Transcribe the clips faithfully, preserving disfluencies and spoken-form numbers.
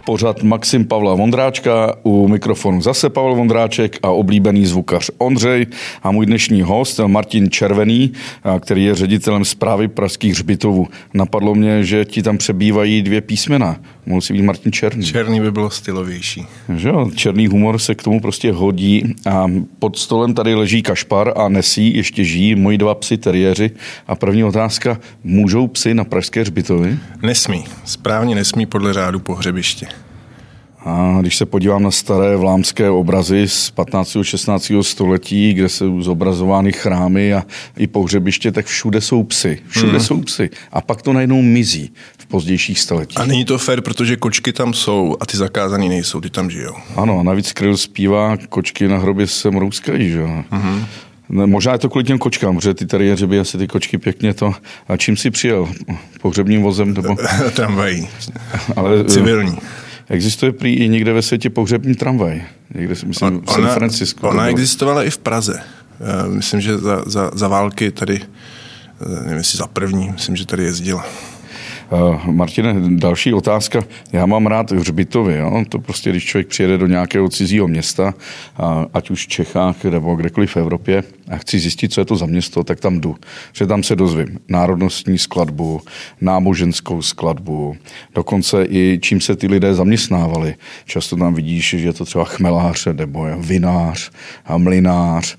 Pořad Maxim Pavla Vondráčka, u mikrofonu zase Pavel Vondráček a oblíbený zvukař Ondřej a můj dnešní host Martin Červený, který je ředitelem správy pražských hřbitovů. Napadlo mě, že ti tam přebývají dvě písmena. Mohl si být Martin Černý. Černý by bylo stylovější. Že jo, černý humor se k tomu prostě hodí a pod stolem tady leží Kašpar a Nesí, ještě žijí moji dva psi teriéři. A první otázka, můžou psy na pražské hřbitovy? Nesmí. Správně nesmí podle řádu pohřebiště. A když se podívám na staré vlámské obrazy z patnáctého šestnáctého století, kde jsou zobrazovány chrámy a i pohřebiště, tak všude jsou psy. Všude hmm. jsou psy. A pak to najednou mizí v pozdějších stoletích. A není to fér, protože kočky tam jsou a ty zakázaný nejsou, ty tam žijou. Ano, a navíc Kryl zpívá, kočky na hrobě se mrouskají, že jo. Hmm. Možná je to kvůli těm kočkám, protože ty teriéři by asi ty kočky pěkně to... A čím jsi přijel? Pohřebním vozem? Nebo... Tramvají. Ale, civilní. Existuje prý i někde ve světě pohřební tramvaj. Někde, myslím, v San Francisku. Ona existovala i v Praze. Myslím, že za, za, za války tady, nevím, jestli za první, myslím, že tady jezdila. Uh, Martine, další otázka. Já mám rád hřbitovy. Jo? To prostě, když člověk přijede do nějakého cizího města, uh, ať už v Čechách nebo kdekoliv v Evropě, a chci zjistit, co je to za město, tak tam jdu. Že tam se dozvím národnostní skladbu, náboženskou skladbu, dokonce i čím se ty lidé zaměstnávali. Často tam vidíš, že je to třeba chmelář nebo vinář a mlynář.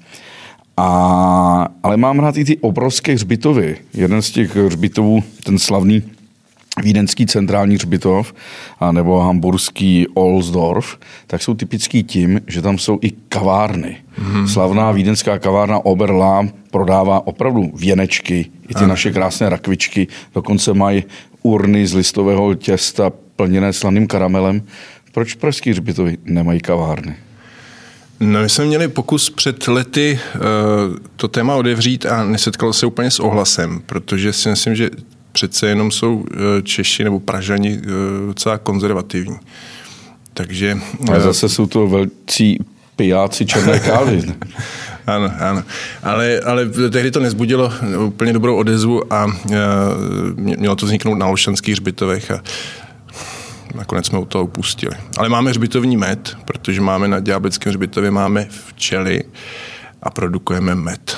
A, ale mám rád i ty obrovské hřbitovy. Jeden z těch hřbitovů, ten slavný vídeňský centrální hřbitov a nebo hamburský Ohlsdorf, tak jsou typický tím, že tam jsou i kavárny. Mm. Slavná vídeňská kavárna Oberlám prodává opravdu věnečky, i ty a. naše krásné rakvičky, dokonce mají urny z listového těsta plněné slaným karamelem. Proč pražský hřbitovy nemají kavárny? No, my jsme měli pokus před lety uh, to téma otevřít a nesetkalo se úplně s ohlasem, protože si myslím, že přece jenom jsou uh, Češi nebo Pražani uh, docela konzervativní. Takže... Uh, a zase jsou to velcí pijáci černé kávy. Ano, ano. Ale, ale tehdy to nezbudilo úplně dobrou odezvu a uh, mělo to vzniknout na Olšanských hřbitovech a nakonec jsme u toho upustili. Ale máme hřbitovní med, protože máme na Ďáblickém hřbitově máme včely a produkujeme med.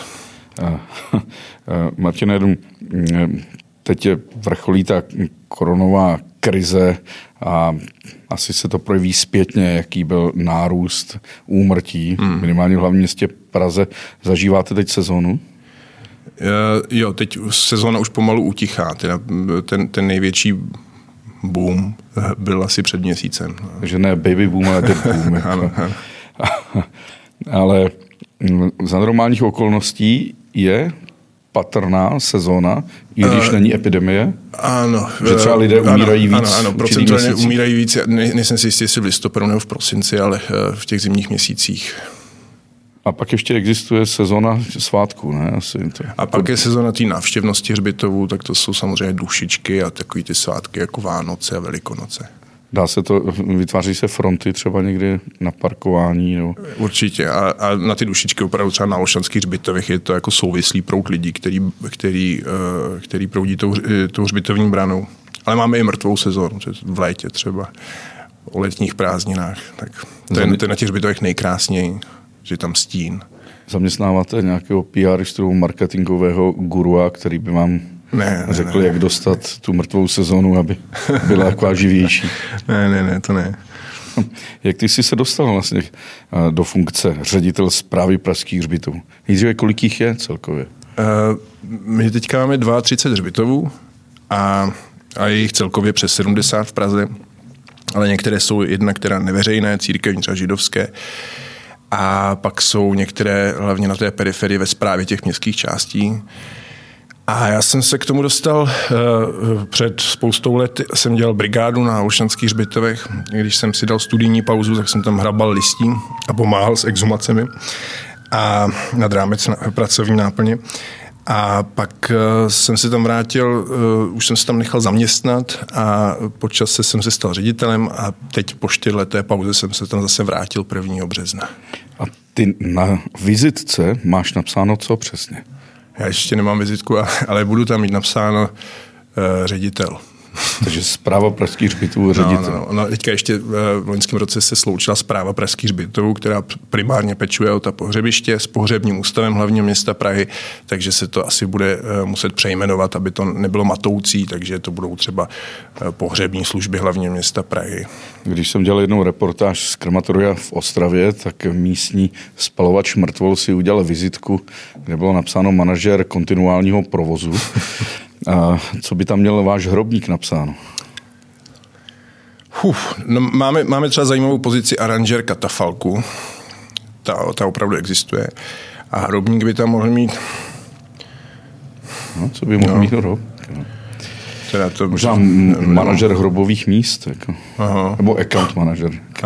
Martine, teď je vrcholí ta koronová krize a asi se to projeví zpětně, jaký byl nárůst úmrtí, hmm. minimálně v hlavním městě Praze. Zažíváte teď sezónu? Jo, teď sezóna už pomalu utichá. Ten, ten největší boom byl asi před měsícem. Takže ne baby boom, ale dead boom. Ano, ano. Ale za normálních okolností je patrná sezóna, i když uh, není epidemie? Ano. Že třeba lidé umírají ano, víc? Ano, ano, procentuálně umírají víc. Ne, nejsem si jistý, jestli v listopadu nebo v prosinci, ale v těch zimních měsících. A pak ještě existuje sezona svátků, ne? Asi to... A pak je sezona té návštěvnosti hřbitovů, tak to jsou samozřejmě dušičky a takový ty svátky jako Vánoce a Velikonoce. Dá se to, vytváří se fronty třeba někdy na parkování? Nebo... Určitě. A, a na ty dušičky opravdu třeba na Olšanských hřbitovech je to jako souvislý proud lidí, který, který, který proudí tou, tou hřbitovní branou. Ale máme i mrtvou sezónu, v létě třeba, o letních prázdninách. Tak to je, to je na těch hřbitovech nejkrásněji, že tam stín. Zaměstnáváte nějakého P R istru, marketingového gurua, který by vám ne, řekl, ne. jak dostat tu mrtvou sezónu, aby byla taková živější? Ne, ne, ne, to ne. Jak ty jsi se dostal vlastně do funkce ředitel správy pražských hřbitovů? Nejdříve, kolik jich je celkově? Uh, my teďka máme třicet dva hřbitovů a, a je jich celkově přes sedmdesát v Praze, ale některé jsou jedna, která neveřejné, církevní, třeba židovské. A pak jsou některé, hlavně na té periferii, ve správě těch městských částí. A já jsem se k tomu dostal uh, před spoustou let. Jsem dělal brigádu na Olšanských hřbitovech. Když jsem si dal studijní pauzu, tak jsem tam hrabal listí a pomáhal s exhumacemi a nad rámec na pracovní náplně. A pak uh, jsem se tam vrátil, uh, už jsem se tam nechal zaměstnat a po čase jsem se stal ředitelem a teď po čtyřleté pauze jsem se tam zase vrátil prvního března. A ty na vizitce máš napsáno co přesně? Já ještě nemám vizitku, ale budu tam mít napsáno uh, ředitel. Takže správa pražských hřbitovů ředitel. No, no, no. Teďka ještě v loňském roce se sloučila správa pražských hřbitovů, která primárně pečuje o ta pohřebiště s pohřebním ústavem hlavního města Prahy, takže se to asi bude muset přejmenovat, aby to nebylo matoucí, takže to budou třeba pohřební služby hlavního města Prahy. Když jsem dělal jednou reportáž z krematoria v Ostravě, tak místní spalovač mrtvol si udělal vizitku, kde bylo napsáno manažer kontinuálního provozu. A co by tam měl váš hrobník napsáno? Uf, no máme, máme třeba zajímavou pozici aranžer katafalku. Ta, ta opravdu existuje. A hrobník by tam mohl mít... No, co by mohl no. mít hrobník? No. Teda to... Možná m- manažer hrobových míst. Jako. Nebo account manažer.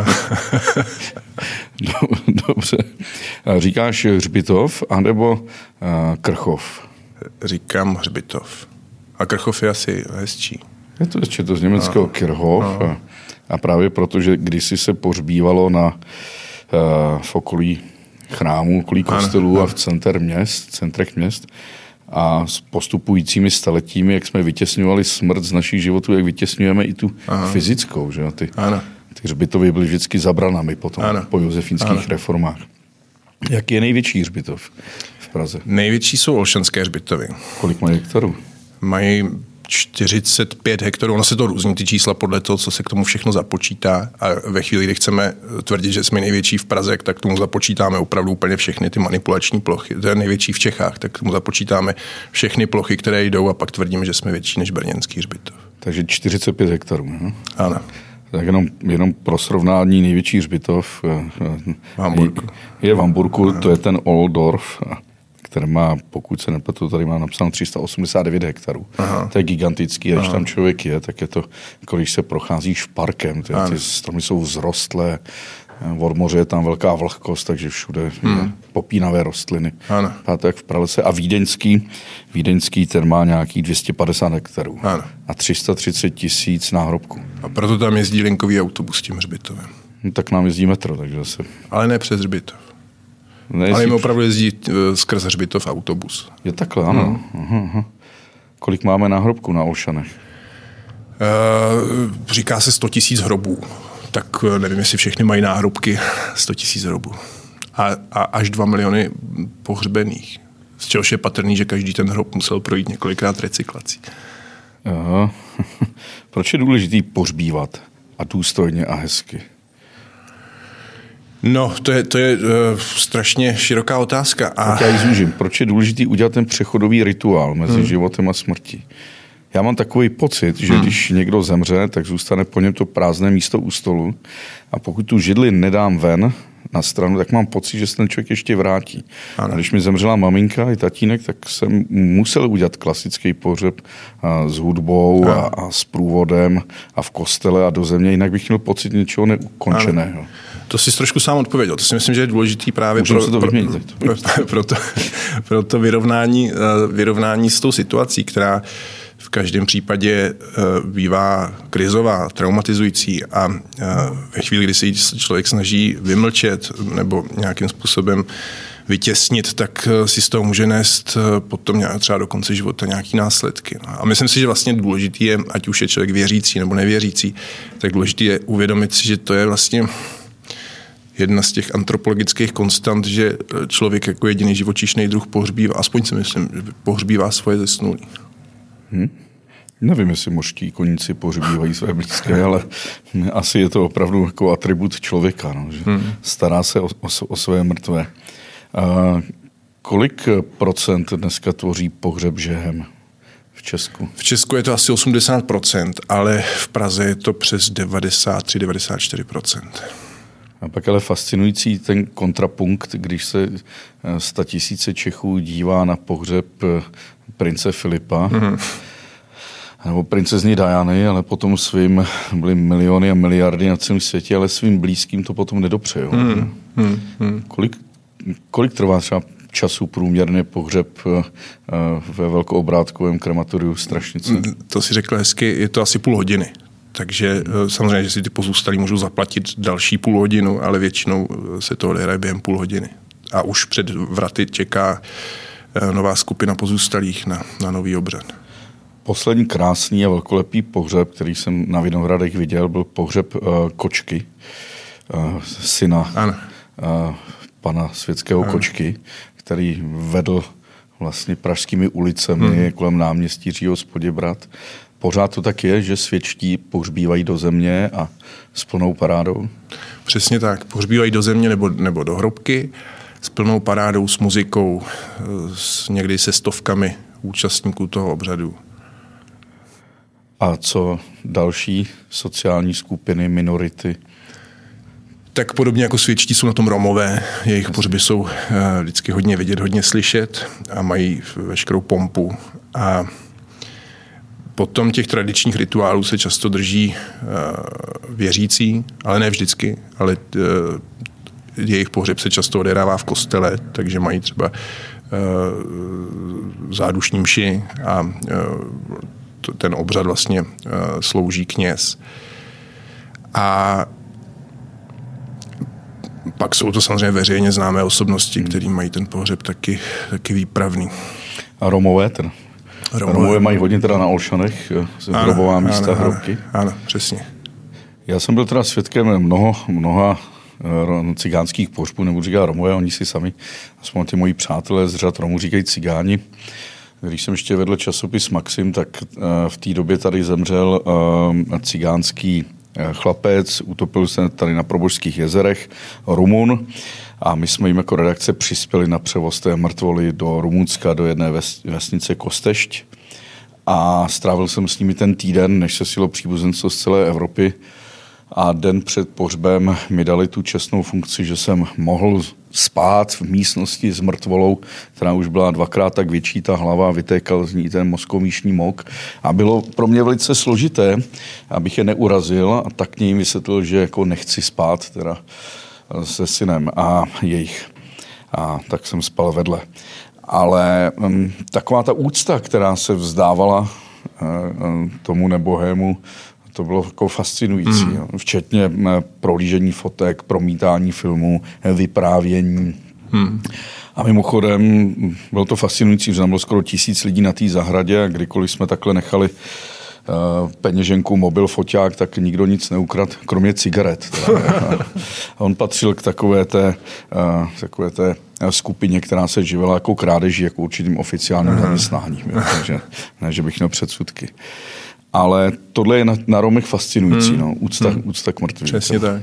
Dobře. Říkáš hřbitov anebo uh, Krchov? Říkám hřbitov. A Krchov je asi hezčí. Je to ještě to z německého no. Kirchhof. No. A právě proto, že kdysi se pohřbívalo na, uh, v okolí chrámů, okolí kostelů ano, a v center měst, centrech měst. A s postupujícími staletími, jak jsme vytěsňovali smrt z našich životů, jak vytěsňujeme i tu ano. fyzickou. Že? Ty, ty hřbitovy byly vždycky za branami potom ano. po josefínských ano. reformách. Jaký je největší hřbitov v Praze? Největší jsou Olšanské hřbitovy. Kolik mají hektarů? Mají čtyřicet pět hektarů. Ono se to různí, ty čísla podle toho, co se k tomu všechno započítá. A ve chvíli, kdy chceme tvrdit, že jsme největší v Praze, tak k tomu započítáme opravdu úplně všechny ty manipulační plochy. To je největší v Čechách, tak k tomu započítáme všechny plochy, které jdou a pak tvrdíme, že jsme větší než brněnský hřbitov. Takže čtyřicet pět hektarů. Ne? Ano. Tak jenom, jenom pro srovnání největší hřbitov v Hamburku. Je, je v Hamburku, to je ten Ohldorf, který má, pokud se nepletu, tady má napsáno tři sta osmdesát devět hektarů. Aha. To je gigantický, a když tam člověk je, tak je to, jako když se procházíš parkem, ty, ty stromy jsou vzrostlé, od moře je tam velká vlhkost, takže všude hmm. popínavé rostliny. Ano. A tak v pralese. A vídeňský, vídeňský ten má nějaký dvě stě padesát hektarů. Ano. A tři sta třicet tisíc náhrobků. A proto tam jezdí linkový autobus s tím hřbitovem. No, tak nám jezdí metro, takže zase... Ale ne přes hřbitov. Nejezdí... Ale jim opravdu jezdí skrz hřbitov autobus. Je takhle, ano. Hmm. Aha, aha. Kolik máme náhrobků na Olšanech? Uh, říká se sto tisíc hrobů. Tak nevím, jestli všechny mají náhrobky, sto tisíc hrobů. A, a až dva miliony pohřbených. Z čehož je patrný, že každý ten hrob musel projít několikrát recyklací. Aha. Proč je důležitý pohřbívat a důstojně a hezky? No, to je, to je uh, strašně široká otázka. A... Tak já ji zúžím. Proč je důležitý udělat ten přechodový rituál mezi hmm. životem a smrtí? Já mám takový pocit, že hmm. když někdo zemře, tak zůstane po něm to prázdné místo u stolu a pokud tu židli nedám ven na stranu, tak mám pocit, že se ten člověk ještě vrátí. Ano. A když mi zemřela maminka i tatínek, tak jsem musel udělat klasický pohřeb a, s hudbou a, a s průvodem a v kostele a do země, jinak bych měl pocit něčeho neukončeného. Ano. To jsi trošku sám odpověděl. To si myslím, že je důležitý právě pro, to pro, vyměnit, pro, pro, to, pro to vyrovnání, vyrovnání s tou situací, která v každém případě bývá krizová, traumatizující a ve chvíli, kdy se člověk snaží vymlčet nebo nějakým způsobem vytěsnit, tak si z toho může nést potom třeba do konce života nějaký následky. A myslím si, že vlastně důležitý je, ať už je člověk věřící nebo nevěřící, tak důležitý je uvědomit si, že to je vlastně jedna z těch antropologických konstant, že člověk jako jediný živočišný druh pohřbívá, aspoň si myslím, že pohřbívá svoje zesnulí. Hmm. Nevím, jestli mořští koníci pohřbívají své blízké, ale asi je to opravdu jako atribut člověka, no, že hmm. stará se o, o, o své mrtvé. A kolik procent dneska tvoří pohřeb žehem v Česku? V Česku je to asi osmdesát procent, ale v Praze je to přes devadesát tři devadesát čtyři procent. A pak ale fascinující ten kontrapunkt, když se statisíce Čechů dívá na pohřeb prince Filipa, mm-hmm. nebo princezny Diany, ale potom svým byly miliony a miliardy na celém světě, ale svým blízkým to potom nedopřejou. Mm-hmm. Kolik, kolik trvá třeba času průměrně pohřeb ve velkoobrátkovém krematoriu Strašnice? To si řekl hezky, je to asi půl hodiny. Takže samozřejmě, že si ty pozůstalí můžou zaplatit další půl hodinu, ale většinou se to odehraje během půl hodiny. A už před vraty čeká nová skupina pozůstalých na, na nový obřad. poslední krásný a velkolepý pohřeb, který jsem na Vinohradech viděl, byl pohřeb uh, Kočky, uh, syna uh, pana Světského ano. Kočky, který vedl vlastně pražskými ulicemi hmm. kolem náměstí Jiřího z Poděbrad. Pořád to tak je, že světští pohřbívají do země a s plnou parádou? Přesně tak. Pohřbívají do země nebo, nebo do hrobky s plnou parádou, s muzikou, s, někdy se stovkami účastníků toho obřadu. A co další sociální skupiny, minority? Tak podobně jako světští jsou na tom Romové. Jejich pohřby jsou vždycky hodně vidět, hodně slyšet a mají veškerou pompu. A potom těch tradičních rituálů se často drží věřící, ale ne vždycky, ale jejich pohřeb se často odehrává v kostele, takže mají třeba zádušní mši a ten obřad vlastně slouží kněz. A pak jsou to samozřejmě veřejně známé osobnosti, který mají ten pohřeb taky, taky výpravný. A Romové teda? Romové, Romové mají hodně teda na Olšanech, hrobová místa, ano, hrobky. Ano, přesně. Já jsem byl teda svědkem mnoho, mnoha cigánských pohřbů, nebudu říkat Romové, oni si sami, aspoň ty moji přátelé z řad Romů říkají cigáni. Když jsem ještě vedl časopis Maxim, tak v té době tady zemřel cigánský chlapec, utopil se tady na Probožských jezerech, Rumun, a my jsme jim jako redakce přispěli na převoz té mrtvoly do Rumunska, do jedné ves, vesnice Kostešť, a strávil jsem s nimi ten týden, než se silo příbuzenstvo z celé Evropy, a den před pohřbem mi dali tu čestnou funkci, že jsem mohl spát v místnosti s mrtvolou, která už byla dvakrát tak větší, ta hlava, vytékal z ní ten mozkomíšní mok, a bylo pro mě velice složité, abych je neurazil, a tak mě jim vysvětlil, že jako nechci spát teda se synem a jejich. A tak jsem spal vedle. Ale um, taková ta úcta, která se vzdávala uh, tomu nebohému, to bylo jako fascinující. Hmm. Včetně prohlížení fotek, promítání filmů, vyprávění. Hmm. A mimochodem bylo to fascinující, že tam bylo skoro tisíc lidí na té zahradě, a kdykoliv jsme takhle nechali uh, peněženku, mobil, foťák, tak nikdo nic neukradl, kromě cigaret. A on patřil k takové té, uh, takové té skupině, která se živila jako krádeží, jako určitým oficiálním zaměstnáním. Takže ne, že bych měl předsudky. Ale tohle je na, na Romech fascinující, hmm. no, úcta, hmm. úcta k mrtvým. Přesně tak.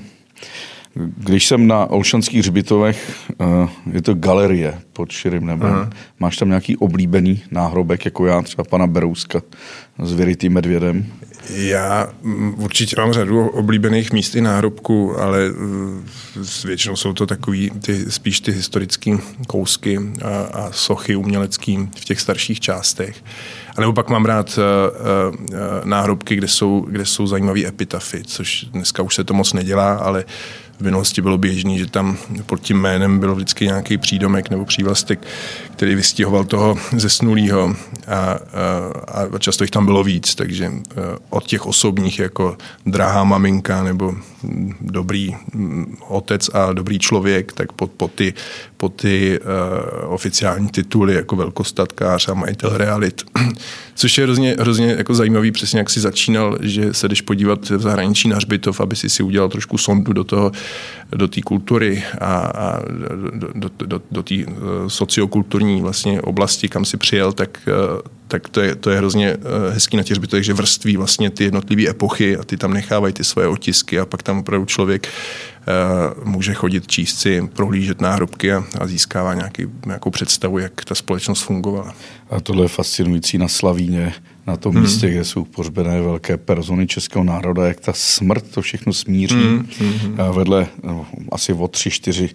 Když jsem na Olšanských hřbitovech, uh, je to galerie pod širým nebem. Aha. Máš tam nějaký oblíbený náhrobek, jako já, třeba pana Berouska s vyrytým medvědem? Já určitě mám řadu oblíbených míst i náhrobků, ale většinou jsou to takový, ty, spíš ty historické kousky a, a sochy umělecký v těch starších částech. A nebo pak mám rád uh, uh, náhrobky, kde jsou, kde jsou zajímavý epitafy, což dneska už se to moc nedělá, ale v minulosti bylo běžný, že tam pod tím jménem byl vždycky nějaký přídomek nebo přívlastek, který vystihoval toho zesnulýho, a, a, a často jich tam bylo víc, takže od těch osobních jako drahá maminka nebo dobrý otec a dobrý člověk, tak pod, pod ty, pod ty uh, oficiální tituly jako velkostatkář a majitel realit. Což je hrozně, hrozně jako zajímavý, přesně jak jsi začínal, že se jdeš podívat v zahraničí na hřbitov, aby si si udělal trošku sondu do toho, do té kultury a, a do, do, do, do té sociokulturní vlastně oblasti, kam si přijel, tak, tak to, je, to je hrozně hezký na těch hřbitovech, že vrství vlastně ty jednotlivé epochy a ty tam nechávají ty svoje otisky, a pak tam opravdu člověk uh, může chodit, číst si, prohlížet náhrobky a, a získává nějaký, nějakou představu, jak ta společnost fungovala. A tohle je fascinující na Slavíně, na tom hmm. místě, kde jsou pohřbené velké persony českého národa, jak ta smrt to všechno smíří. Hmm. Hmm. Vedle asi o tři, čtyři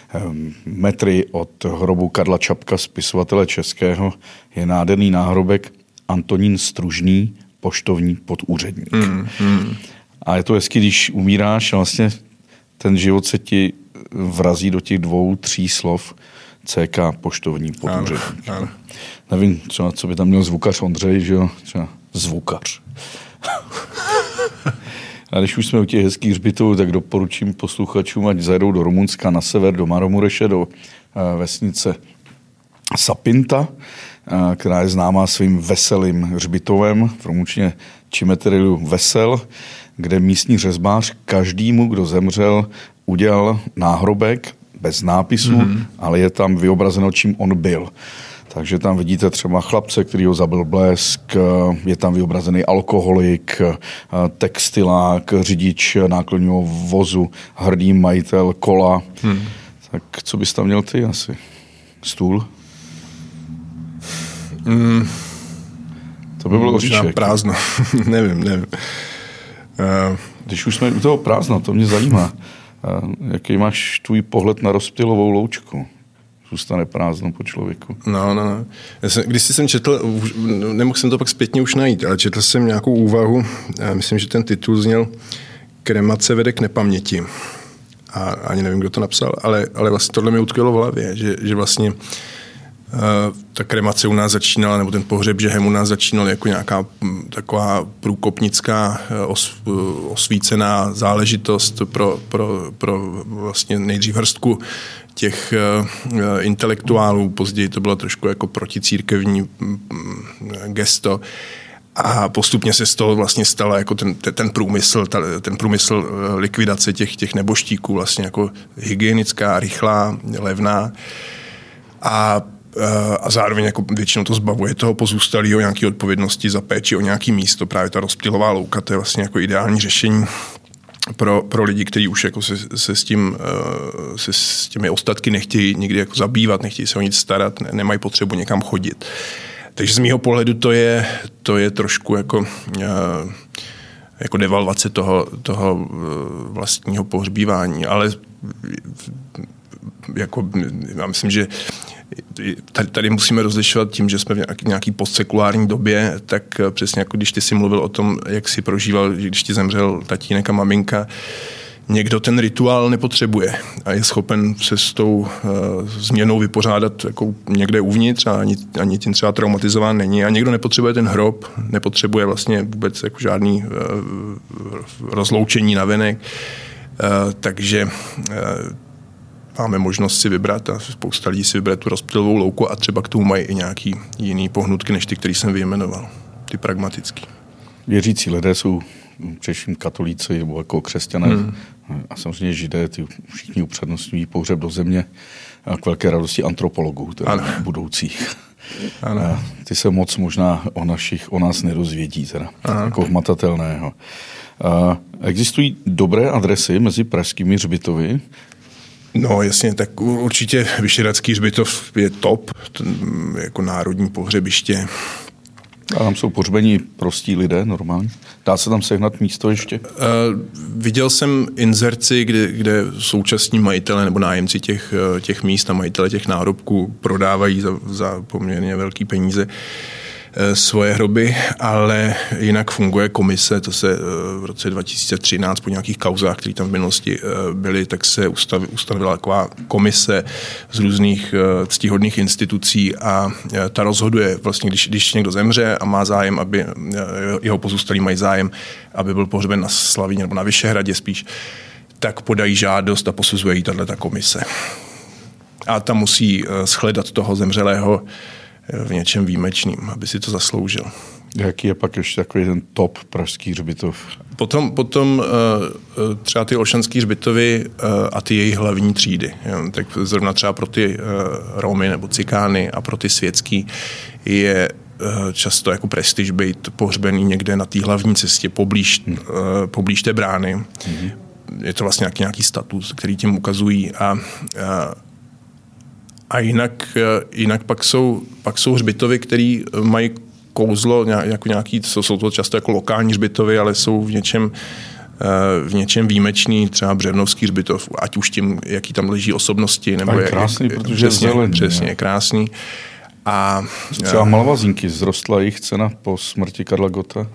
metry od hrobu Karla Čapka, spisovatele českého, je nádherný náhrobek Antonín Stružný, poštovní podúředník. Hmm. Hmm. A je to hezky, když umíráš a vlastně ten život se ti vrazí do těch dvou, tří slov C K, poštovní podúředník. Ano, ano. Nevím, třeba, co by tam měl zvukař Ondřej, že jo? Třeba zvukař. A když už jsme u těch hezkých hřbitovů, tak doporučím posluchačům, ať zajedou do Rumunska na sever, do Maramureše, do uh, vesnice Sapinta. která je známá svým veselým hřbitovem, v romučtině Cimiteriu Vesel, kde místní řezbář každému, kdo zemřel, udělal náhrobek bez nápisu, mm-hmm. ale je tam vyobrazeno, čím on byl. Takže tam vidíte třeba chlapce, který ho zabil blesk, je tam vyobrazený alkoholik, textilák, řidič nákladního vozu, hrdý majitel kola. Hmm. Tak co bys tam měl ty asi? Stůl? Hmm. To by bylo možná oříšek. Prázdno. nevím, nevím. Uh. Když už jsme u toho prázdna, to mě zajímá. Jaký máš tvůj pohled na rozptylovou loučku? Zůstane prázdno po člověku. No, no, no. Já jsem, když jsem četl, nemohl jsem to pak zpětně už najít, ale četl jsem nějakou úvahu, já myslím, že ten titul zněl Kremace vede k nepaměti. A ani nevím, kdo to napsal, ale, ale vlastně tohle mi utkvělo v hlavě, že, že vlastně uh, ta kremace u nás začínala, nebo ten pohřeb žehem u nás začínal jako nějaká taková průkopnická os, osvícená záležitost pro, pro, pro vlastně nejdřív hrstku těch uh, intelektuálů, později to bylo trošku jako proticírkevní um, gesto a postupně se z toho vlastně stala jako ten, ten průmysl, ta, ten průmysl likvidace těch, těch nebožtíků vlastně jako hygienická, rychlá, levná a a zároveň jako většinou to zbavuje toho pozůstalého nějaké odpovědnosti za péči o nějaké místo. Právě ta rozptylová louka, to je vlastně jako ideální řešení pro, pro lidi, kteří už jako se, se, s tím, se s těmi ostatky nechtějí nikdy jako zabývat, nechtějí se o nic starat, ne, nemají potřebu někam chodit. Takže z mýho pohledu to je, to je trošku jako, jako devalvace toho, toho vlastního pohřbívání. Ale jako, já myslím, že Tady, tady musíme rozlišovat tím, že jsme v nějaký postsekulární době, tak přesně jako když ty jsi mluvil o tom, jak jsi prožíval, když ti zemřel tatínek a maminka, někdo ten rituál nepotřebuje a je schopen se s tou uh, změnou vypořádat jako někde uvnitř a ani, ani tím třeba traumatizován není. A někdo nepotřebuje ten hrob, nepotřebuje vlastně vůbec jako žádný uh, rozloučení navenek. Uh, takže uh, máme možnost si vybrat a spousta lidí si vybere tu rozptylovou louku a třeba k tomu mají i nějaký jiný pohnutky, než ty, který jsem vyjmenoval. Ty pragmatický. Věřící lidé jsou především katolíci nebo jako křesťané hmm. a samozřejmě židé, ty všichni upřednostňují pohřeb do země a k velké radosti antropologů, teda budoucích. Ano. A ty se moc možná o našich, o nás nedozvědí, teda, jako hmatatelného. A existují dobré adresy mezi pražskými hřbitovy? No jasně, tak určitě Vyšehradský hřbitov je top, jako národní pohřebiště. A tam jsou pohřbení prostí lidé normálně? Dá se tam sehnat místo ještě? Uh, viděl jsem inzerci, kde, kde současní majitele nebo nájemci těch, těch míst a majitele těch nárobků prodávají za, za poměrně velký peníze svoje hroby, ale jinak funguje komise, to se v roce dva tisíce třináct po nějakých kauzách, které tam v minulosti byly, tak se ustavila taková komise z různých ctihodných institucí a ta rozhoduje vlastně, když, když někdo zemře a má zájem, aby jeho pozůstalí mají zájem, aby byl pohřben na Slavíně nebo na Vyšehradě spíš, tak podají žádost a posuzuje jí tato komise. A ta musí shledat toho zemřelého v něčem výjimečným, aby si to zasloužil. Jaký je pak ještě takový ten top pražský hřbitov? Potom, potom třeba ty olšanský hřbitovy a ty jejich hlavní třídy. Tak zrovna třeba pro ty Romy nebo Cikány a pro ty světský je často jako prestiž být pohřbený někde na té hlavní cestě poblíž, hmm. poblíž té brány. Hmm. Je to vlastně nějaký, nějaký status, který tím ukazují a, a A jinak, jinak pak, jsou, pak jsou hřbitovy, které mají kouzlo, jako nějaký, jsou to často jako lokální hřbitovy, ale jsou v něčem, v něčem výjimečný, třeba Břevnovský hřbitov, ať už tím, jaký tam leží osobnosti. Nebo a je krásný, jak, protože přesně, je zelený. Přesně, je krásný. A, třeba Malvazínky, zrostla jejich cena po smrti Karla Gotta?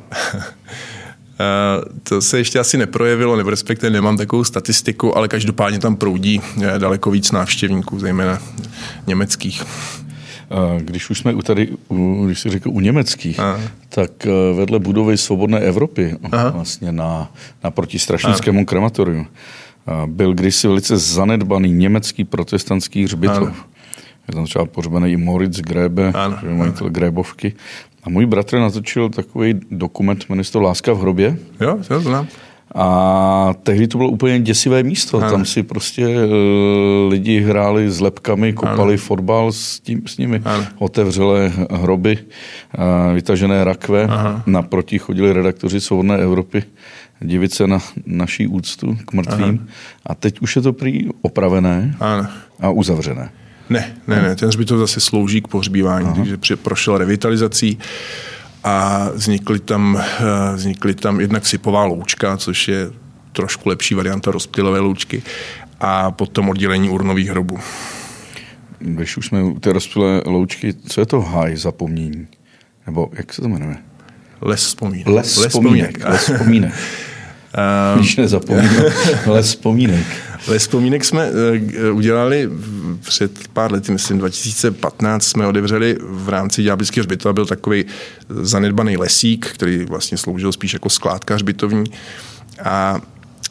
To se ještě asi neprojevilo, nebo respektive nemám takovou statistiku, ale každopádně tam proudí daleko víc návštěvníků, zejména německých. Když už jsme u tady, když jsi řekl u německých, Aha. tak vedle budovy Svobodné Evropy, Aha. vlastně na, na protistrašnickému krematoriu, byl kdysi velice zanedbaný německý protestantský hřbitov. Aha. Je tam třeba pohřbený i Moritz Gräbe, majitel Grébovky. A můj bratr natočil takový dokument, jmenuje se to Láska v hrobě. Jo, to znám. A tehdy to bylo úplně děsivé místo. Ano. Tam si prostě uh, lidi hráli s lepkami, kopali ano. fotbal s, tím, s nimi. Ano. Otevřelé hroby, uh, vytažené rakve. Aha. Naproti chodili redaktoři Svobodné Evropy divit se na naší úctu k mrtvým. Aha. A teď už je to prý opravené ano. a uzavřené. Ne, ne, ne. Ten hřbitov zase slouží k pohřbívání, Aha. takže prošel revitalizací. A vznikly tam, vznikly tam jednak sypová loučka, což je trošku lepší varianta rozptylové loučky, a potom oddělení urnových hrobů. Když už jsme u té rozptylové loučky, co je to háj zapomnění? Nebo jak se to jmenuje? Les vzpomínek. Les vzpomínek. Les vzpomínek. Když nezapomínám. Les vzpomínek. Les vzpomínek jsme udělali před pár lety, myslím dva tisíce patnáct, jsme otevřeli v rámci Ďáblického hřbitova, byl takový zanedbaný lesík, který vlastně sloužil spíš jako skládka hřbitovní. A, a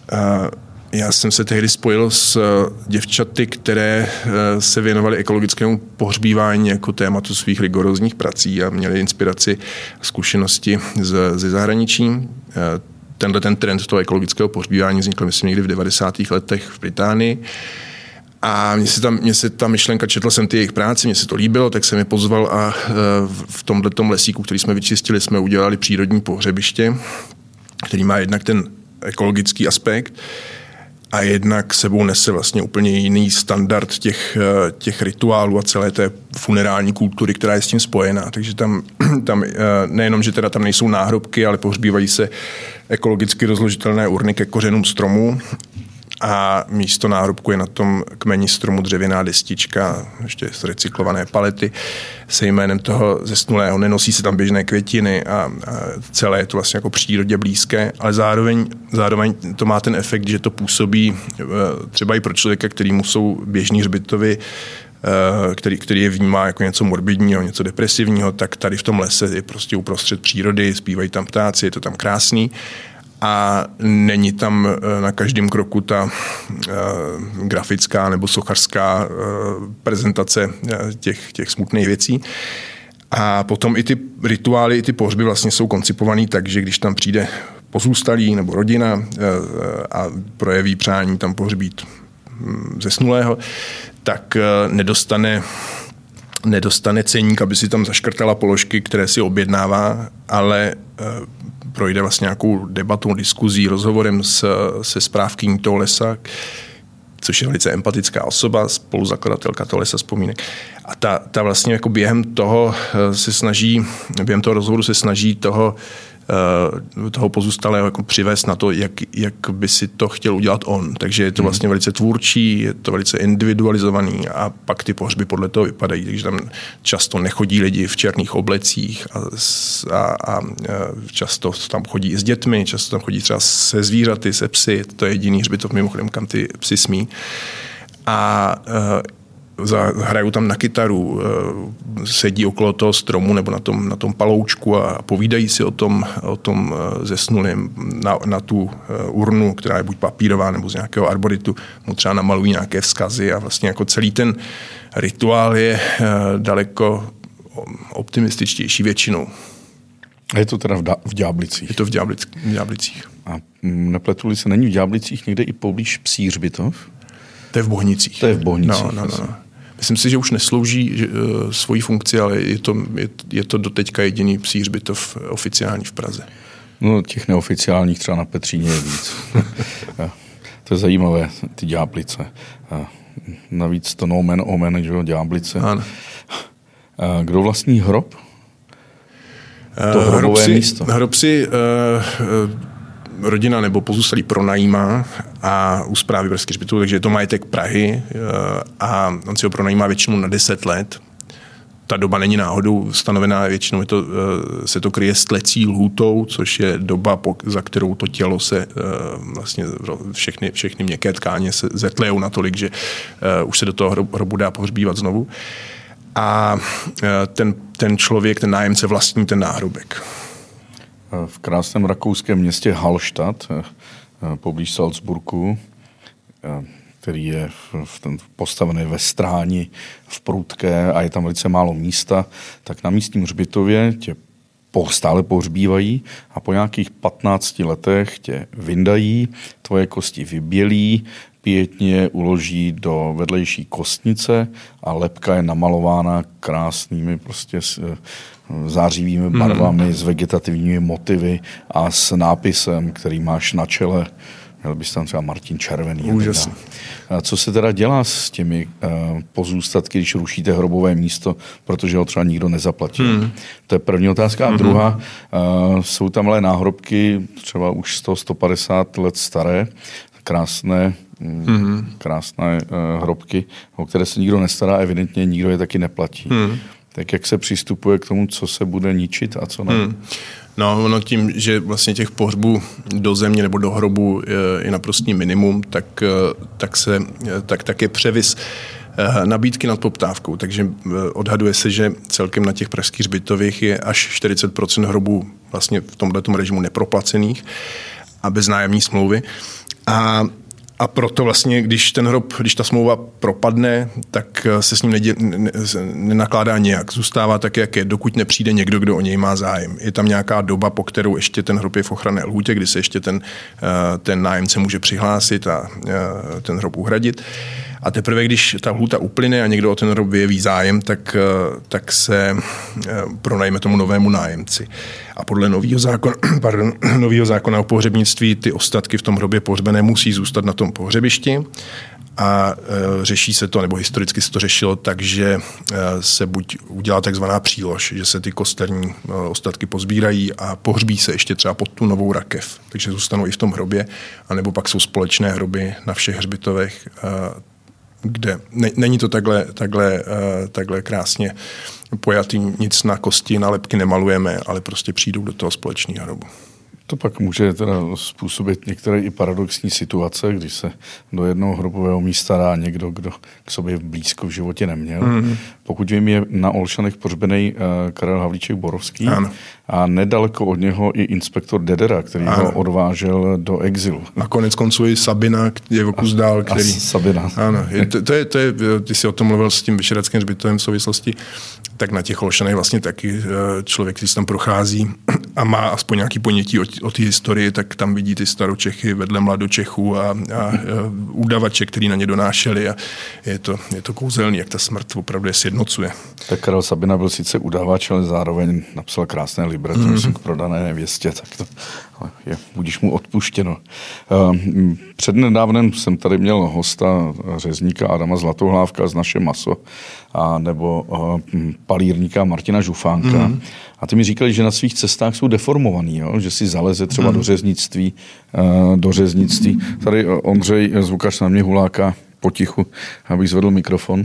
já jsem se tehdy spojil s děvčaty, které se věnovaly ekologickému pohřbívání jako tématu svých rigorózních prací a měly inspiraci a zkušenosti ze zahraničí. Tenhle ten trend toho ekologického pohřbívání vznikl, myslím, někdy v devadesátých letech v Británii. A mně se, tam, mně se ta myšlenka, četl jsem ty jejich práci, mně se to líbilo, tak jsem je pozval a v tomhletom lesíku, který jsme vyčistili, jsme udělali přírodní pohřebiště, který má jednak ten ekologický aspekt a jednak sebou nese vlastně úplně jiný standard těch, těch rituálů a celé té funerální kultury, která je s tím spojená. Takže tam, tam nejenom, že teda tam nejsou náhrobky, ale pohřbívají se ekologicky rozložitelné urny ke kořenům stromů a místo náhrobku je na tom kmeni stromu dřevěná destička, ještě z recyklované palety se jménem toho zesnulého. Nenosí se tam běžné květiny a, a celé je to vlastně jako přírodě blízké, ale zároveň, zároveň to má ten efekt, že to působí třeba i pro člověka, kterýmu jsou běžní hřbitovy, který, který je vnímá jako něco morbidního, něco depresivního, tak tady v tom lese je prostě uprostřed přírody, zpívají tam ptáci, je to tam krásný. A není tam na každém kroku ta uh, grafická nebo sochařská uh, prezentace těch, těch smutných věcí. A potom i ty rituály, i ty pohřby vlastně jsou koncipovaný tak, že když tam přijde pozůstalý nebo rodina uh, a projeví přání tam pohřbít um, zesnulého, tak uh, nedostane nedostane ceník, aby si tam zaškrtala položky, které si objednává, ale uh, projde vlastně nějakou debatou, diskuzí, rozhovorem s, se správkyní toho lesa, což je velice empatická osoba, spoluzakladatelka toho lesa vzpomínek. A ta, ta vlastně jako během toho se snaží, během toho rozhovoru se snaží toho, toho pozůstalého jako přivést na to, jak, jak by si to chtěl udělat on. Takže je to vlastně velice tvůrčí, je to velice individualizovaný a pak ty pohřby podle toho vypadají. Takže tam často nechodí lidi v černých oblecích a, a, a často tam chodí i s dětmi, často tam chodí třeba se zvířaty, se psy. To je jediný hřbitov mimochodem, kam ty psy smí. A hrajou tam na kytaru, sedí okolo toho stromu nebo na tom, na tom paloučku a povídají si o tom, o tom zesnulém na, na tu urnu, která je buď papírová nebo z nějakého arboritu, mu třeba namalují nějaké vzkazy a vlastně jako celý ten rituál je daleko optimističtější většinou. A je to teda v, da- v Ďáblicích? Je to v, Ďáblic- v Ďáblicích. A nepletu-li se, není v Ďáblicích někde i poblíž psí hřbitov? To je v Bohnicích. To je v Bohnicích. No, no, no. Myslím si, že už neslouží že, uh, svoji funkci, ale je to, je, je to doteďka jediný psí hřbitov oficiální v Praze. No, těch neoficiálních třeba na Petříně je víc. To je zajímavé, ty Ďáblice. Navíc to no man omen, že jo, Ďáblice. Ano. Kdo vlastní hrob? To hrobové hrobci, místo. Hrobci uh, uh, rodina nebo pozůstalý pronajímá a u správy Pražských hřbitovů, takže je to majetek Prahy a on si ho pronajímá většinou na deset let. Ta doba není náhodou stanovená, většinou je to, se to kryje s tlecí lhůtou, což je doba, za kterou to tělo se vlastně všechny, všechny měkké tkáně se zetlejou natolik, že už se do toho hrobu dá pohřbívat znovu. A ten, ten člověk, ten nájemce vlastní ten náhrobek. V krásném rakouském městě Hallstatt, poblíž Salzburgu, který je v ten, postavený ve stráni, v prudké a je tam velice málo místa, tak na místním hřbitově tě stále pohřbívají a po nějakých patnácti letech tě vyndají, tvoje kosti vybělí, pěkně uloží do vedlejší kostnice a lebka je namalována krásnými prostě s zářivými barvami, mm. s vegetativními motivy a s nápisem, který máš na čele. Měl bys tam třeba Martin Červený. Úžasný. Co se teda dělá s těmi uh, pozůstatky, když rušíte hrobové místo, protože ho třeba nikdo nezaplatí? Hmm. To je první otázka. A druhá, uh, jsou tam ale náhrobky třeba už sto, sto padesát let staré, krásné, hmm. krásné uh, hrobky, o které se nikdo nestará, evidentně nikdo je taky neplatí. Hmm. Tak jak se přistupuje k tomu, co se bude ničit a co ne? Hmm. No, ono tím, že vlastně těch pohřbů do země nebo do hrobu je, je naprostý minimum, tak, tak, se, tak, tak je převis nabídky nad poptávkou. Takže odhaduje se, že celkem na těch pražských hřbitovích je až čtyřicet procent hrobů vlastně v tomhletom režimu neproplacených a bez nájemní smlouvy. A A proto vlastně, když ten hrob, když ta smlouva propadne, tak se s ním nedě, ne, nenakládá nějak. Zůstává tak, jak je, dokud nepřijde někdo, kdo o něj má zájem. Je tam nějaká doba, po kterou ještě ten hrob je v ochranné lhůtě, kdy se ještě ten, ten nájemce může přihlásit a ten hrob uhradit. A teprve, když ta lhůta uplyne a někdo o ten hrob vyjeví zájem, tak, tak se pronajme tomu novému nájemci. A podle nového zákona, pardon, nového zákona o pohřebnictví ty ostatky v tom hrobě pohřbené musí zůstat na tom pohřebišti a e, řeší se to, nebo historicky se to řešilo tak, že e, se buď udělá takzvaná přílož, že se ty kosterní e, ostatky pozbírají a pohřbí se ještě třeba pod tu novou rakev, takže zůstanou i v tom hrobě, anebo pak jsou společné hroby na všech hřbitovech, e, kde ne, není to takhle, takhle, uh, takhle krásně pojatý, nic na kosti, na lebky nemalujeme, ale prostě přijdou do toho společného hrobu. To pak může teda způsobit některé i paradoxní situace, když se do jednoho hrobového místa dá někdo, kdo k sobě blízko v životě neměl. Mm-hmm. Pokud vím, je na Olšanech pohřbený uh, Karel Havlíček Borovský. Ano. A nedaleko od něho i inspektor Dedera, který ano. ho odvážel do exilu. A konec konců i Sabina, je o kus dál, který... A Sabina. Ano, je, to, to, je, to je, ty jsi o tom mluvil s tím Vyšehradským hřbitovem v souvislosti, tak na těch Olšanech vlastně taky člověk, který se tam prochází a má aspoň nějaký ponětí o, o té historii, tak tam vidí ty staročechy vedle mladočechů a, a, a udavače, který na ně donášeli a je to, je to kouzelný, jak ta smrt opravdu je sjednocuje. Tak Karel Sabina byl sice udavač, ale zároveň napsal krásné libreto, mm. myslím, k prodané nevěstě, tak to je, budíš mu odpuštěno. Přednedávnem jsem tady měl hosta řezníka Adama Zlatohlávka z Naše maso a nebo palírníka Martina Žufánka. Mm. A ty mi říkali, že na svých cestách jsou deformovaný, jo? Že si zaleze třeba mm. do řeznictví, do řeznictví. Tady Ondřej, zvukař, na mě huláka potichu, abych zvedl mikrofon.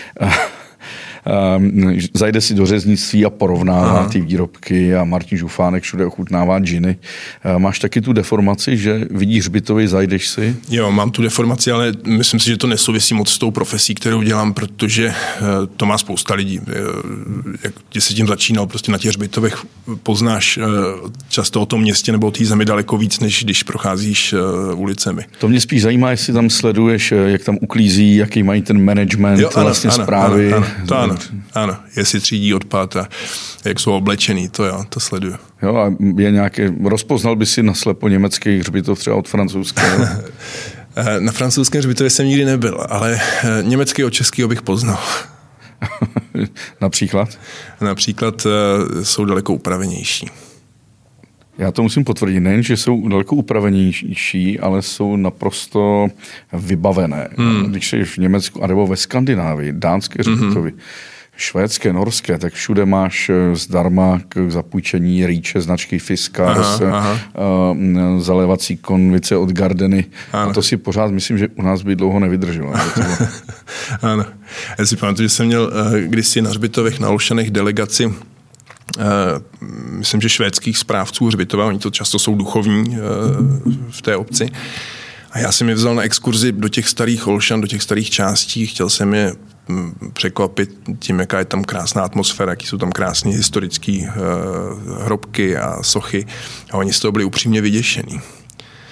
Um, zajde si do řeznictví a porovnává Aha. ty výrobky a Martin Žufánek všude ochutnává džiny. Uh, máš taky tu deformaci, že vidíš hřbitovy, zajdeš si? Jo, mám tu deformaci, ale myslím si, že to nesouvisí moc s tou profesí, kterou dělám, protože uh, to má spousta lidí. Uh, jak jsi tím začínal, prostě na těch hřbitovech poznáš uh, často o tom městě nebo o té zemi daleko víc, než když procházíš uh, ulicemi. To mě spíš zajímá, jestli tam sleduješ, jak tam uklízí, jaký mají ten management, jo, ano, vlastně ano, zprávy. Ano, ano, to ano. Ano, jestli třídí odpad a jak jsou oblečený, to jo, to sleduju. Jo, a je nějaké, rozpoznal by si naslepo německý hřbitov třeba od francouzského? Na francouzském hřbitově jsem nikdy nebyl, ale německý od českého bych poznal. Například? Například jsou daleko upravenější. Já to musím potvrdit, nejen, že jsou daleko upravenější, ale jsou naprosto vybavené. Hmm. Když jsi v Německu, anebo ve Skandinávii, dánské hřbitovy, hmm. švédské, norské, tak všude máš zdarma k zapůjčení rýče, značky Fiskars, aha, uh, zalévací konvice od Gardeny. Ano. A to si pořád myslím, že u nás by dlouho nevydrželo. Ano. Já si pamatuju, že jsem měl uh, kdysi na hřbitovech na Olšanech delegaci Uh, myslím, že švédských správců hřbitova, oni to často jsou duchovní uh, v té obci. A já jsem je vzal na exkurzi do těch starých Olšan, do těch starých částí, chtěl jsem je um, překvapit tím, jaká je tam krásná atmosféra, jaký jsou tam krásné historické uh, hrobky a sochy. A oni z toho byli upřímně vyděšení.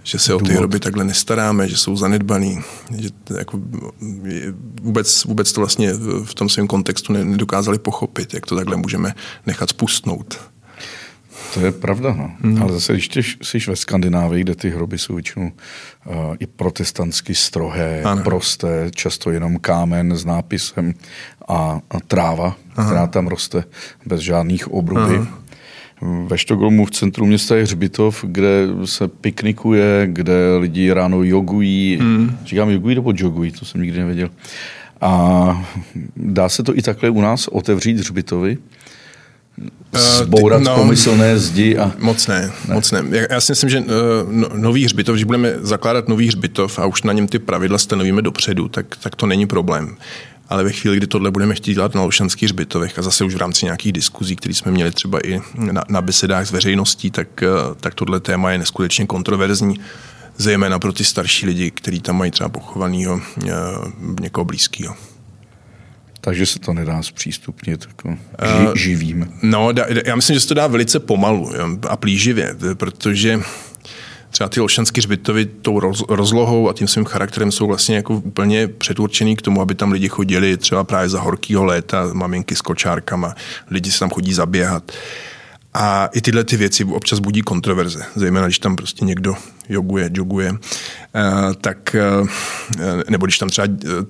že se o ty hroby takhle nestaráme, že jsou zanedbaný, že jako vůbec, vůbec to vlastně v tom svém kontextu nedokázali pochopit, jak to takhle můžeme nechat spustnout. To je pravda, no. Hmm. Ale zase, když jsi ve Skandinávii, kde ty hroby jsou většinou uh, i protestantsky strohé, ano. prosté, často jenom kámen s nápisem a, a tráva, Aha. která tam roste bez žádných obruby. Aha. Ve Štokholmu v centru města je hřbitov, kde se piknikuje, kde lidi ráno jogují. Hmm. Říkám jogují nebo jogují, to jsem nikdy nevěděl. A dá se to i takhle u nás otevřít hřbitovy? Zbourat uh, no, pomyslné zdi a... Moc ne, ne. moc ne. Já, já si myslím, že uh, no, nový hřbitov, když budeme zakládat nový hřbitov a už na něm ty pravidla stanovíme dopředu, tak, tak to není problém. Ale ve chvíli, kdy tohle budeme chtít dělat na Olšanských hřbitovech a zase už v rámci nějakých diskuzí, které jsme měli třeba i na, na besedách s veřejností, tak, uh, tak tohle téma je neskutečně kontroverzní, zejména pro ty starší lidi, kteří tam mají třeba pochovanýho uh, někoho blízkého. Takže se to nedá zpřístupnit jako ži, uh, živým. No, da, já myslím, že se to dá velice pomalu jo, a plíživě, protože třeba ty olšanské hřbitovy tou roz, rozlohou a tím svým charakterem jsou vlastně jako úplně předurčený k tomu, aby tam lidi chodili třeba právě za horkýho léta, maminky s kočárkama, lidi se tam chodí zaběhat. A i tyhle ty věci občas budí kontroverze, zejména když tam prostě někdo joguje, joguje, tak, nebo když tam třeba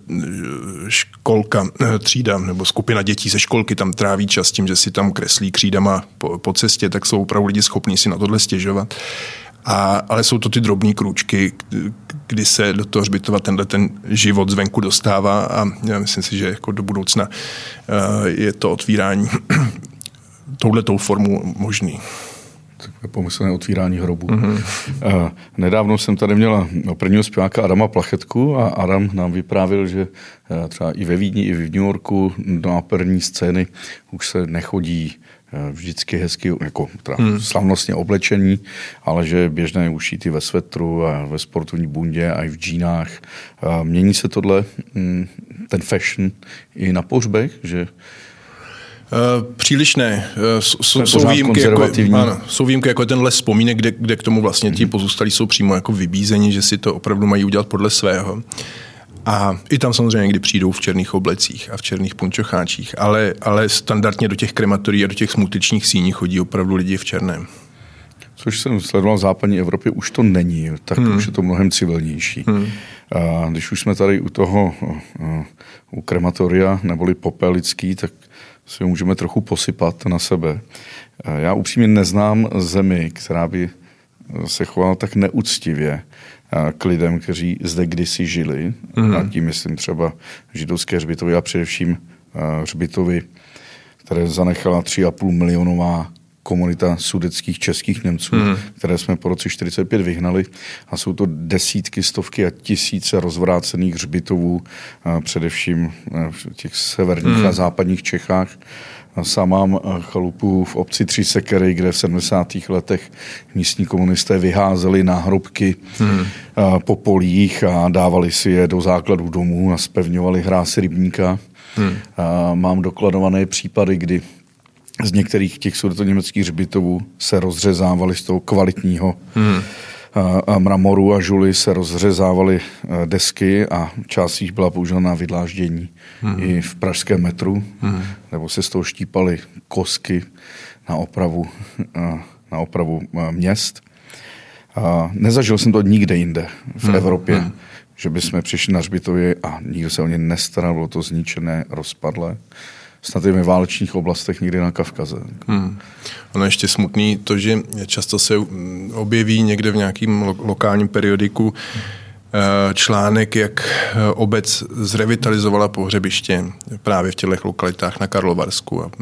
školka, třída nebo skupina dětí ze školky tam tráví čas tím, že si tam kreslí křídama po, po cestě, tak jsou opravdu lidi schopní si na tohle stěžovat. A, ale jsou to ty drobné krůčky, kdy se do toho hřbitova tenhle ten život zvenku dostává a já myslím si, že jako do budoucna je to otvírání touhletou formou možný. Takové pomyslné otvírání hrobu. Mm-hmm. Uh, nedávno jsem tady měla prvního zpěváka Adama Plachetku a Adam nám vyprávěl, že uh, třeba i ve Vídni, i v New Yorku na operní scény už se nechodí uh, vždycky hezky, jako teda mm. slavnostně oblečení, ale že je běžné už jít i ve svetru a ve sportovní bundě a i v džínách. Uh, mění se tohle, um, ten fashion i na pohřbech, že Uh, příliš ne. Uh, jsou, jsou, výjimky jako, ano, jsou výjimky jako ten les vzpomínek, kde, kde k tomu vlastně ti pozůstalí jsou přímo jako vybízeni, že si to opravdu mají udělat podle svého. A i tam samozřejmě někdy přijdou v černých oblecích a v černých punčocháčích, ale, ale standardně do těch krematorií a do těch smutečních síní chodí opravdu lidi v černém. Což jsem sledoval v západní Evropě, už to není, tak hmm. už je to mnohem civilnější. Hmm. A když už jsme tady u toho, u krematoria neboli popelický, tak si ho můžeme trochu posypat na sebe. Já upřímně neznám zemi, která by se chovala tak neúctivě k lidem, kteří zde kdysi žili. Mm. A tím myslím třeba židovské hřbitovy a především hřbitovy, které zanechala tři a půl milionová komunita sudeckých českých Němců, mm. které jsme po roce čtyřicet pět vyhnali. A jsou to desítky, stovky a tisíce rozvrácených hřbitovů, především v těch severních mm. a západních Čechách. Sám mám chalupu v obci Tři Sekery, kde v sedmdesátých letech místní komunisté vyházeli náhrobky mm. po polích a dávali si je do základů domů a zpevňovali hráz rybníka. Mm. Mám dokladované případy, kdy z některých těch sudetoněmeckých hřbitovů se rozřezávaly z toho kvalitního hmm. a mramoru a žuly se rozřezávaly desky a část jich byla použita na vydláždění hmm. i v pražském metru, hmm. nebo se z toho štípaly kosky na opravu, na opravu měst. A nezažil jsem to nikde jinde v hmm. Evropě, hmm. že bychom přišli na hřbitově a nikdo se o ně nestaral, bylo to zničené, rozpadlé. Snad i ve válečných oblastech někdy na Kavkaze. Hmm. Ono ještě smutný to, že často se objeví někde v nějakém lo- lokálním periodiku článek, jak obec zrevitalizovala pohřebiště právě v těchto lokalitách na Karlovarsku a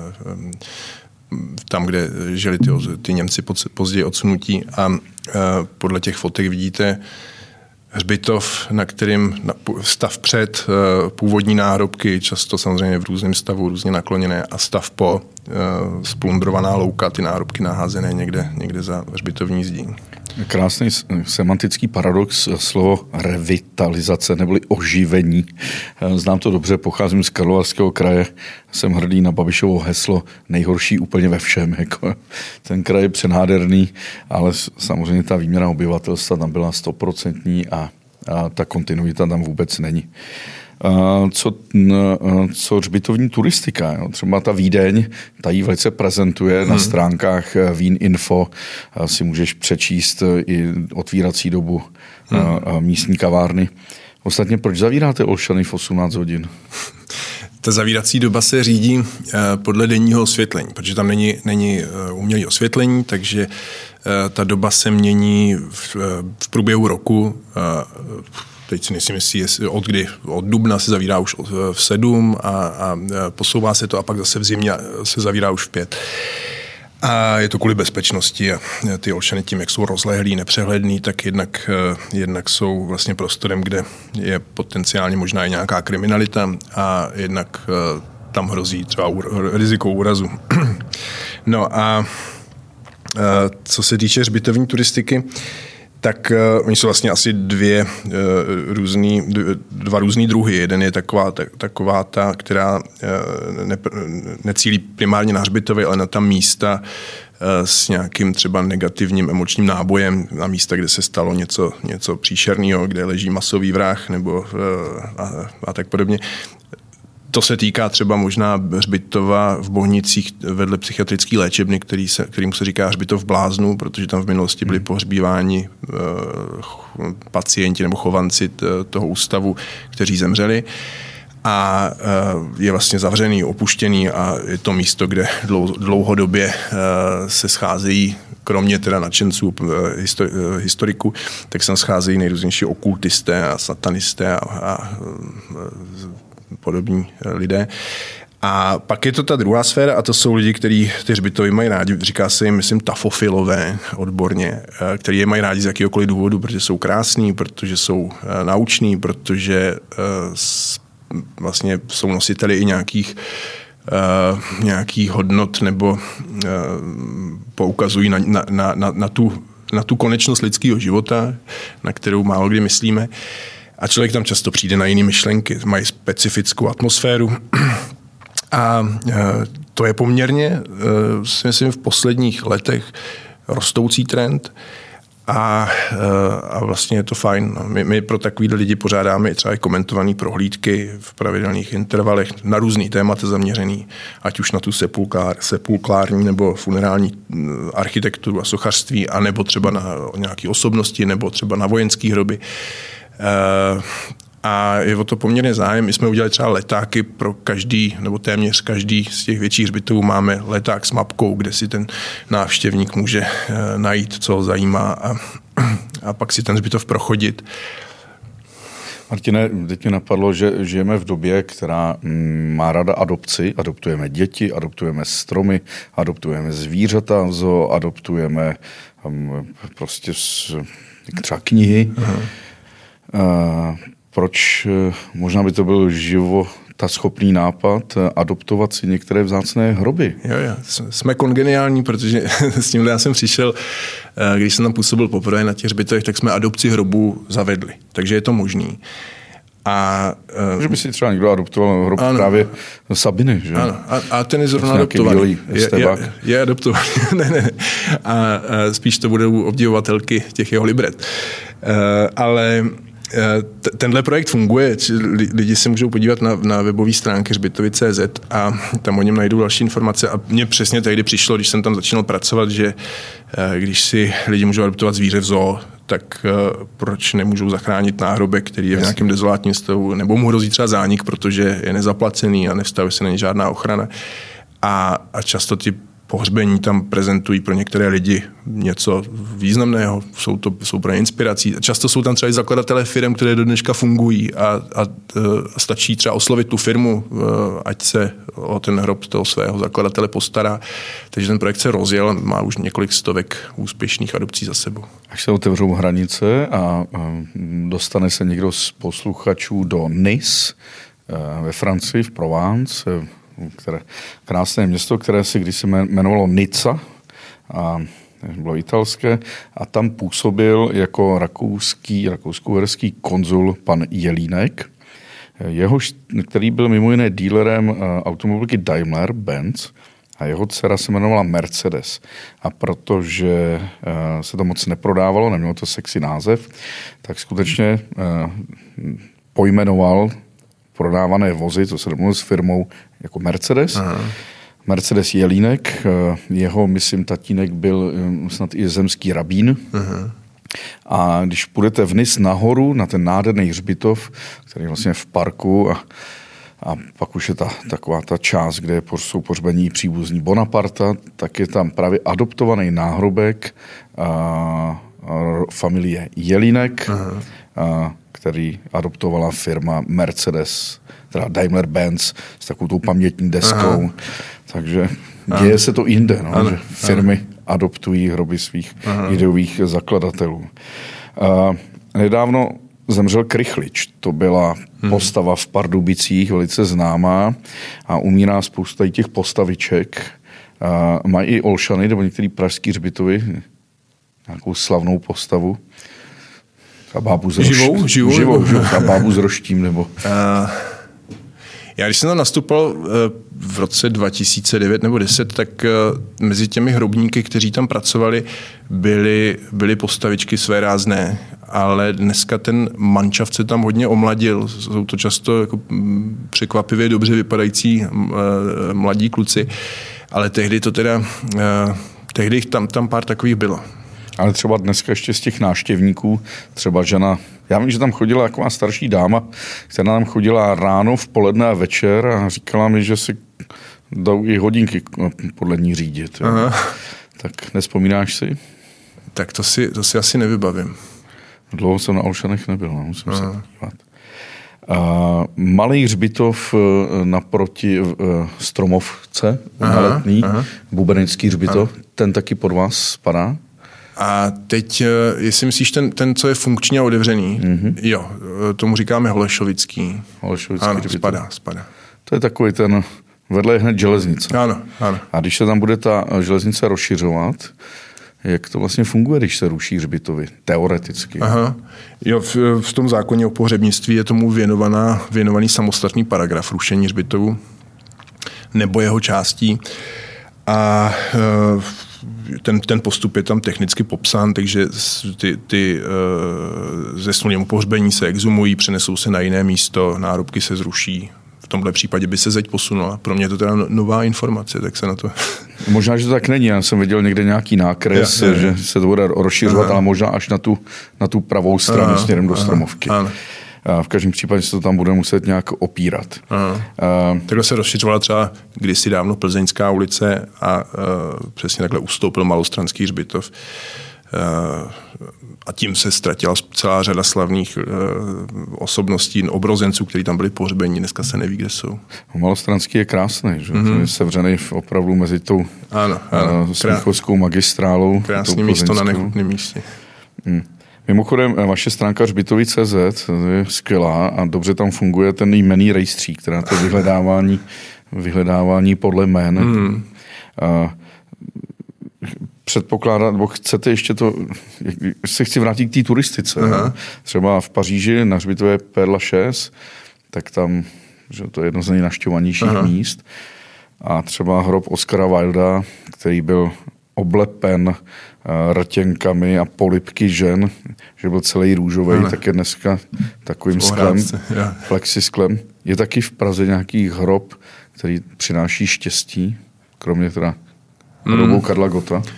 tam, kde žili ty, ty Němci později odsunutí a podle těch fotek vidíte hřbitov, na kterým stav před, původní náhrobky, často samozřejmě v různém stavu, různě nakloněné, a stav po, splundrovaná louka, ty náhrobky naházené někde, někde za hřbitovní zdí. Krásný semantický paradox, slovo revitalizace neboli oživení. Znám to dobře, pocházím z Karlovarského kraje, jsem hrdý na Babišovo heslo nejhorší úplně ve všem. Jako, ten kraj je přenádherný, ale samozřejmě ta výměra obyvatelstva tam byla stoprocentní a, a ta kontinuita tam vůbec není. Co, co hřbitovní turistika. Jo? Třeba ta Vídeň, ta ji velice prezentuje hmm. na stránkách Vín Info. Si můžeš přečíst i otvírací dobu hmm. místní kavárny. Ostatně, proč zavíráte Olšany v osmnáct hodin? Ta zavírací doba se řídí podle denního osvětlení, protože tam není, není umělé osvětlení, takže ta doba se mění v, v průběhu roku. Teď si nejsem jistý, od kdy, od dubna se zavírá už v sedm a, a posouvá se to a pak zase v zimě se zavírá už v pět. A je to kvůli bezpečnosti a ty Olšany tím, jak jsou rozlehlý, nepřehledný, tak jednak, jednak jsou vlastně prostorem, kde je potenciálně možná i nějaká kriminalita a jednak tam hrozí třeba riziko úrazu. No a co se týče hřbitovní turistiky, tak uh, oni jsou vlastně asi dvě uh, různý, dva různý druhy. Jeden je taková, ta, taková ta, která uh, ne, necílí primárně na hřbitovy, ale na ta místa uh, s nějakým třeba negativním emočním nábojem, na místa, kde se stalo něco, něco příšerného, kde leží masový vrah nebo uh, a, a tak podobně. To se týká třeba možná hřbitova v Bohnicích vedle psychiatrické léčebny, který se, kterým se říká hřbitov bláznu, protože tam v minulosti byli pohřbíváni uh, pacienti nebo chovanci toho ústavu, kteří zemřeli. A uh, je vlastně zavřený, opuštěný a je to místo, kde dlou, dlouhodobě uh, se scházejí, kromě teda nadšenců histori, historiků, tak se scházejí nejrůznější okultisté a satanisté a, a podobní lidé. A pak je to ta druhá sféra a to jsou lidi, kteří ty hřbitovy mají rádi, říká se jim, myslím, tafofilové odborně, kteří je mají rádi z jakýhokoliv důvodu, protože jsou krásní, protože jsou nauční, protože vlastně jsou nositeli i nějakých Uh, nějakých hodnot nebo uh, poukazují na, na, na, na, na, tu, na tu konečnost lidského života, na kterou málo kdy myslíme. A člověk tam často přijde na jiné myšlenky, mají specifickou atmosféru. A uh, to je poměrně, uh, si myslím, v posledních letech rostoucí trend. A, a vlastně je to fajn. My, my pro takový lidi pořádáme třeba i komentované prohlídky v pravidelných intervalech na různý témata zaměřený, ať už na tu sepulkár, sepulklární nebo funerální architekturu a sochařství, anebo třeba na nějaké osobnosti, nebo třeba na vojenské hroby. A je o to poměrně zájem. My jsme udělali třeba letáky pro každý, nebo téměř každý z těch větších hřbitovů máme leták s mapkou, kde si ten návštěvník může najít, co ho zajímá a, a pak si ten hřbitov prochodit. Martine, teď mi napadlo, že žijeme v době, která má ráda adopci. Adoptujeme děti, adoptujeme stromy, adoptujeme zvířata v zoo, adoptujeme um, prostě třeba knihy. Uh-huh. Uh, Proč možná by to byl životaschopný nápad adoptovat si některé vzácné hroby? Jo, jo, jsme kongeniální, protože s tímhle já jsem přišel, když jsem tam působil poprvé na těch hřbitovech, tak jsme adopci hrobů zavedli, takže je to možný. A, že by si třeba někdo adoptoval hrob ano, právě Sabiny, že? Ano, a, a ten je zrovna adoptovaný. Je, je, je adoptovaný, ne, ne. A, a spíš to budou obdivovatelky těch jeho libret. Uh, ale tenhle projekt funguje, lidi se můžou podívat na, na webové stránky hřbitovy tečka cé zet a tam o něm najdou další informace a mně přesně tehdy přišlo, když jsem tam začínal pracovat, že když si lidi můžou adoptovat zvíře v zoo, tak proč nemůžou zachránit náhrobek, který je v nějakém dezolátním stavu, nebo mu hrozí třeba zánik, protože je nezaplacený a nevztahuje se na ně žádná ochrana. A, a často ty pohřbení tam prezentují pro některé lidi něco významného, jsou to jsou pro ně inspirací. Často jsou tam třeba i zakladatelé firm, které do dneška fungují a, a, a stačí třeba oslovit tu firmu, ať se o ten hrob toho svého zakladatele postará. Takže ten projekt se rozjel, má už několik stovek úspěšných adopcí za sebou. Až se otevřou hranice a dostane se někdo z posluchačů do Nice ve Francii, v Provence, které krásné město, které se když se jmenovalo Nica, a bylo italské, a tam působil jako rakouský, rakousko-uherský konzul pan Jelínek, jehož, který byl mimo jiné dílerem automobilky Daimler-Benz, a jeho dcera se jmenovala Mercedes. A protože se to moc neprodávalo, nemělo to sexy název, tak skutečně pojmenoval prodávané vozy, co se domluvil s firmou, jako Mercedes. Aha. Mercedes Jelínek, jeho, myslím, tatínek byl snad i zemský rabín. Aha. A když půjdete vniz nahoru na ten nádherný hřbitov, který je vlastně v parku, a, a pak už je ta, taková ta část, kde jsou pohřbení příbuzní Bonaparta, tak je tam právě adoptovaný náhrobek a, a familie Jelínek, a, který adoptovala firma Mercedes, teda Daimler-Benz s takovou tou pamětní deskou. Aha. Takže děje Aha. se to jinde, no, že firmy Aha. adoptují hroby svých Aha. ideových zakladatelů. A nedávno zemřel Krychlič. To byla hmm. postava v Pardubicích, velice známá, a umírá spousta těch postaviček. A mají i Olšany nebo některý pražský hřbitovy nějakou slavnou postavu. A bábu s roštím. Živou? Živou? Živou, živou. A bábu s roštím, nebo... Uh... Já když jsem tam nastupoval v roce dva tisíce devět nebo deset, tak mezi těmi hrobníky, kteří tam pracovali, byly, byly postavičky své rázné, ale dneska ten manšaft se tam hodně omladil. Jsou to často jako překvapivě dobře vypadající mladí kluci, ale tehdy to teda, tehdy tam, tam pár takových bylo. Ale třeba dneska ještě z těch návštěvníků, třeba žena, já vím, že tam chodila taková starší dáma, která tam chodila ráno, v poledne a večer a říkala mi, že si dou i hodinky podle ní řídit. Tak nespomínáš si? Tak to si, to si asi nevybavím. Dlouho jsem na Olšanech nebyl, no, musím Aha. se podívat. A malý hřbitov naproti Stromovce, na Letný, Bubenický hřbitov, Aha. ten taky pod vás spadá? A teď, jestli myslíš ten, ten co je funkčně otevřený, mm-hmm. jo, tomu říkáme Holešovický. Holešovický ano, hřbitov. spadá, spadá. To je takový ten, vedle je hned železnice. Ano, ano. A když se tam bude ta železnice rozšiřovat, jak to vlastně funguje, když se ruší hřbitovy? Teoreticky. Aha. Jo, v, v tom zákoně o pohřebnictví je tomu věnovaná, věnovaný samostatný paragraf rušení hřbitovu nebo jeho částí. A ten, ten postup je tam technicky popsán, takže ty, ty zesnulým pohřbení se exhumují, přenesou se na jiné místo, nárobky se zruší. V tomhle případě by se zeď posunula. Pro mě je to teda nová informace, tak se na to... Možná, že to tak není. Já jsem viděl někde nějaký nákres, je, je. že se to bude rozšiřovat, aha. ale možná až na tu, na tu pravou stranu aha. směrem do aha. Stromovky. Aha. A v každém případě se to tam bude muset nějak opírat. Uh, takhle se rozšiřovala třeba kdysi dávno Plzeňská ulice a uh, přesně takhle ustoupil Malostranský hřbitov. Uh, a tím se ztratila celá řada slavných uh, osobností, obrozenců, kteří tam byli pohřbení. Dneska se neví, kde jsou. Malostranský je krásný, že? Mm-hmm. Je sevřený opravdu mezi tou ano, ano. Uh, Smíchovskou magistrálou. Krásné místo na nechutném místě. Mm. Mimochodem, vaše stránka hřbitový tečka cé zet je skvělá a dobře tam funguje ten jmenný rejstřík, teda to vyhledávání, vyhledávání podle jmén. Mm. A předpokládat, nebo chcete ještě to, se chci vrátit k té turistice. Třeba v Paříži na hřbitově Père Lachaise, tak tam, že to je jedno z nejnavštěvovanějších míst. A třeba hrob Oscara Wilda, který byl oblepen rtěnkami a polibky žen, že byl celý růžový, tak je dneska takovým sklem, plexisklem. Je taky v Praze nějaký hrob, který přináší štěstí, kromě teda hrobu mm. Karla Gotta? Uh,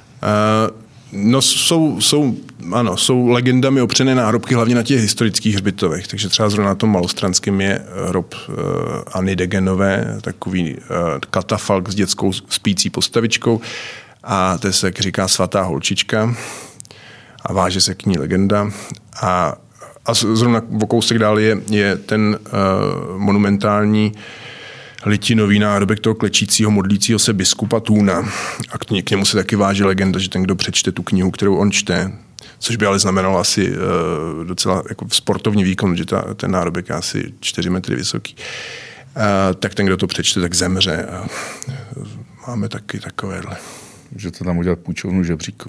no jsou, jsou, ano, jsou legendami opřené náhrobky hlavně na těch historických hřbitovech, takže třeba zrovna na tom Malostranském je hrob uh, Anny Degenové, takový uh, katafalk s dětskou spící postavičkou, a to se, jak říká, svatá holčička a váže se k ní legenda. A, a zrovna o kousek dál je, je ten uh, monumentální litinový nádobek toho klečícího, modlícího se biskupa Tůna. A k, k němu se taky váže legenda, že ten, kdo přečte tu knihu, kterou on čte, což by ale znamenalo asi uh, docela jako sportovní výkon, že ta, ten nádobek je asi čtyři metry vysoký. Uh, tak ten, kdo to přečte, tak zemře. A máme taky takovéhle. Můžete tam udělat půjčovnu žebříku.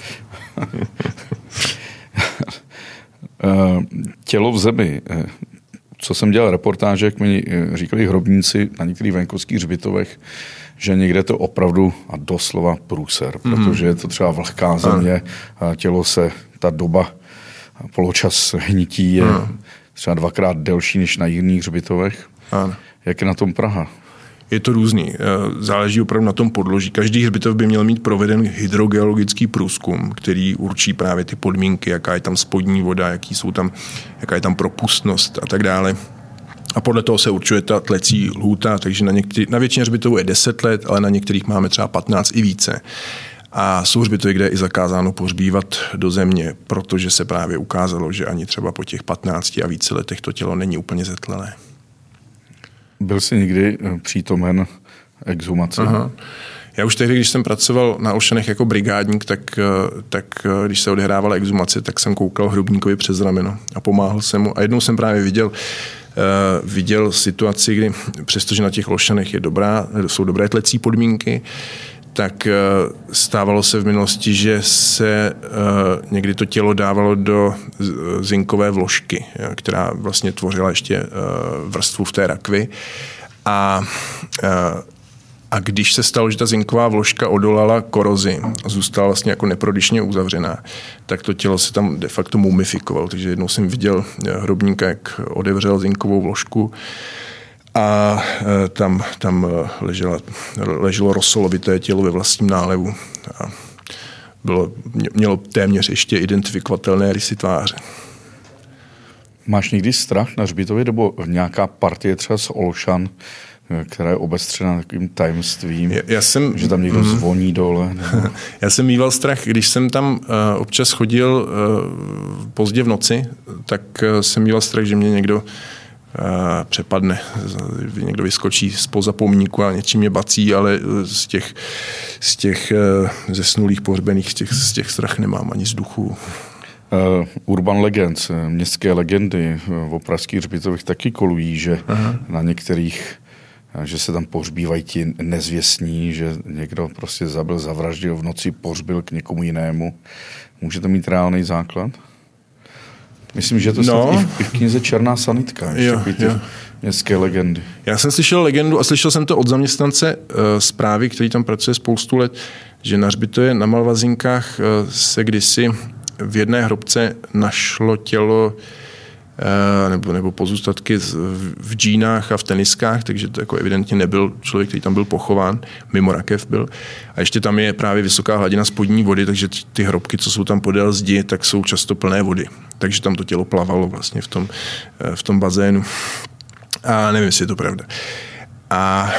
Tělo v zemi. Co jsem dělal reportáže, jak mi říkali hrobníci na některých venkovských hřbitovech, že někde to opravdu a doslova průser, protože je to třeba vlhká země, a tělo se, ta doba, poločas hnití je třeba dvakrát delší než na jiných hřbitovech. Ano. Jak je na tom Praha? Je to různý. Záleží opravdu na tom podloží. Každý hřbitov by měl mít proveden hydrogeologický průzkum, který určí právě ty podmínky, jaká je tam spodní voda, jaký jsou tam, jaká je tam propustnost a tak dále. A podle toho se určuje ta tlecí lhůta, takže na, některý, na většině hřbitovů je deset let, ale na některých máme třeba patnáct i více. A jsou hřbitovy, kde je i zakázáno pohřbívat do země, protože se právě ukázalo, že ani třeba po těch patnácti a více letech to tělo není úplně zetlelé. Byl jsi někdy přítomen exhumace? Aha. Já už tehdy, když jsem pracoval na Olšanech jako brigádník, tak, tak když se odehrávala exhumace, tak jsem koukal hrobníkovi přes rameno a pomáhal jsem mu. A jednou jsem právě viděl, Uh, viděl situaci, kdy přestože na těch Olšanech je dobrá, jsou dobré tlecí podmínky, tak uh, stávalo se v minulosti, že se uh, někdy to tělo dávalo do zinkové vložky, která vlastně tvořila ještě uh, vrstvu v té rakvi. A uh, A když se stalo, že ta zinková vložka odolala korozi a zůstala vlastně jako neprodyšně uzavřená, tak to tělo se tam de facto mumifikovalo. Takže jednou jsem viděl hrobníka, jak odevřel zinkovou vložku a tam, tam ležela, leželo rosolovité tělo ve vlastním nálevu. A bylo, mělo téměř ještě identifikovatelné rysy tváře. Máš někdy strach na hřbitově nebo nějaká partie třeba z Olšan, která je obestřena takovým tajemstvím, já, já jsem, že tam někdo mm, zvoní dole? Nebo... Já jsem mýval strach, když jsem tam uh, občas chodil uh, pozdě v noci, tak uh, jsem mýval strach, že mě někdo uh, přepadne, někdo vyskočí zpoza pomníku a něčím mě bací, ale z těch, z těch uh, zesnulých pohřbených, z těch, z těch strach nemám ani z duchu. Uh, urban legends, městské legendy v pražských hřbitovech taky kolují, že Aha. na některých že se tam pohřbívají ti nezvěstní, že někdo prostě zabil, zavraždil, v noci pohřbil k někomu jinému. Může to mít reálný základ? Myslím, že to no. i, v, i v knize Černá sanitka, ještě ty městské legendy. Já jsem slyšel legendu a slyšel jsem to od zaměstnance uh, zprávy, který tam pracuje spoustu let, že na hřbitově na Malvazinkách uh, se kdysi v jedné hrobce našlo tělo nebo, nebo pozůstatky v džínách a v teniskách, takže to jako evidentně nebyl člověk, který tam byl pochován, mimo rakev byl. A ještě tam je právě vysoká hladina spodní vody, takže ty hrobky, co jsou tam podél zdi, tak jsou často plné vody. Takže tam to tělo plavalo vlastně v tom, v tom bazénu. A nevím, jestli je to pravda. A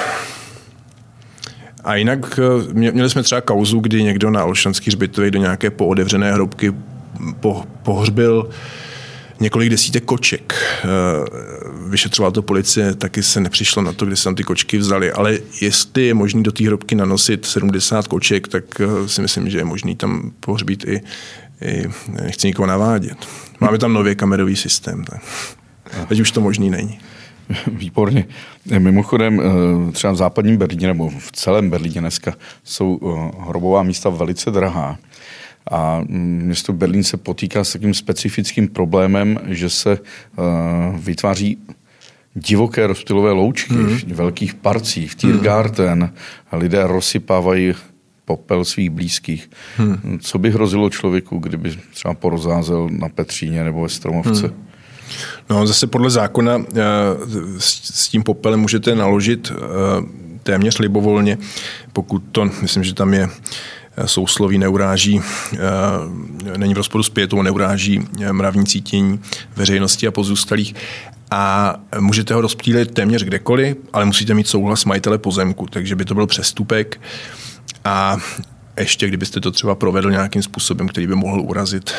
A jinak měli jsme třeba kauzu, kdy někdo na Olšanský hřbitově do nějaké poodevřené hrobky po, pohřbil několik desítek koček. Vyšetřovala to policie, taky se nepřišlo na to, kde se tam ty kočky vzaly, ale jestli je možný do té hrobky nanosit sedmdesát koček, tak si myslím, že je možný tam pohřbít i, i nechci nikoho navádět. Máme tam nově kamerový systém, tak teď už to možný není. Výborně. Mimochodem, třeba v západním Berlíně nebo v celém Berlíně dneska jsou hrobová místa velice drahá. A město Berlín se potýká s takým specifickým problémem, že se uh, vytváří divoké rozptylové loučky mm. v velkých parcích, v Tiergarten. Mm. Lidé rozsypávají popel svých blízkých. Mm. Co by hrozilo člověku, kdyby třeba porozázel na Petříně nebo ve Stromovce? Mm. No zase podle zákona s tím popelem můžete naložit téměř libovolně, pokud to, myslím, že tam je sousloví, neuráží, není v rozporu s pietou, neuráží mravní cítění veřejnosti a pozůstalých. A můžete ho rozptýlit téměř kdekoliv, ale musíte mít souhlas majitele pozemku, takže by to byl přestupek. A ještě kdybyste to třeba provedl nějakým způsobem, který by mohl urazit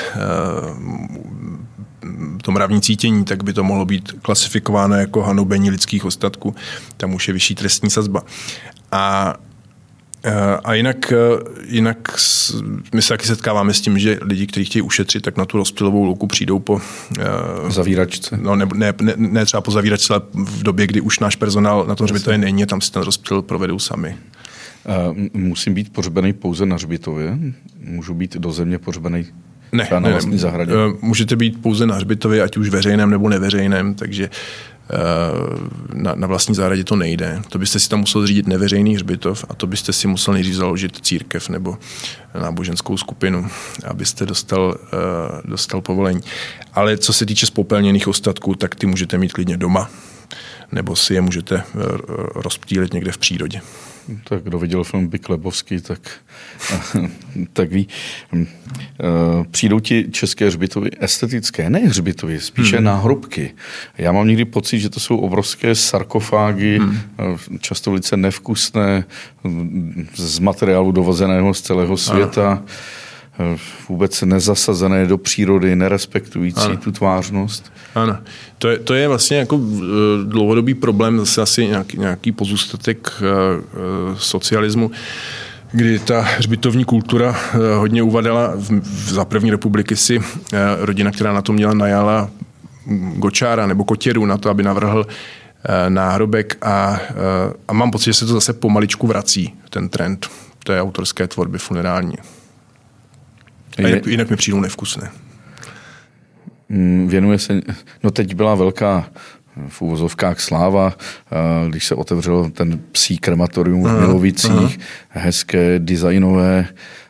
to mravní cítění, tak by to mohlo být klasifikováno jako hanobení lidských ostatků. Tam už je vyšší trestní sazba. A A jinak, jinak my se taky setkáváme s tím, že lidi, kteří chtějí ušetřit, tak na tu rozptylovou louku přijdou po zavíračce. No, ne, ne, ne, ne třeba po zavíračce, ale v době, kdy už náš personál na tom hřbitově není, tam si ten rozptyl provedou sami. Musím být pohřbený pouze na hřbitově? Můžu být do země pohřbený ne, třeba na ne, vlastní ne. zahradě? Můžete být pouze na hřbitově, ať už veřejném nebo neveřejném, takže na, na vlastní zahradě to nejde. To byste si tam musel zřídit neveřejný hřbitov a to byste si musel nejdřív založit církev nebo náboženskou skupinu, abyste dostal, dostal povolení. Ale co se týče spopelněných ostatků, tak ty můžete mít klidně doma, nebo si je můžete rozptýlit někde v přírodě. Tak kdo viděl film Big Lebowski, tak, tak ví. Přijdou ti české hřbitovy estetické, ne hřbitovy, spíše hmm. náhrobky. Já mám někdy pocit, že to jsou obrovské sarkofágy, hmm. často velice nevkusné, z materiálu dovozeného z celého světa. Ano. Vůbec nezasazené do přírody, nerespektující ano. tu tvářnost. Ano, to je, to je vlastně jako dlouhodobý problém, zase asi nějaký, nějaký pozůstatek uh, socialismu, kdy ta hřbitovní kultura uh, hodně uvadala. V, v, za první republiky si uh, rodina, která na to měla, najala Gočára nebo Kotěru na to, aby navrhl uh, náhrobek a, uh, a mám pocit, že se to zase pomaličku vrací, ten trend té autorské tvorby funerální. A jinak, jinak mi přijdou nevkusné. Věnuje se, no teď byla velká v uvozovkách sláva, když se otevřel ten psí krematorium v Milovicích, hezké, designové,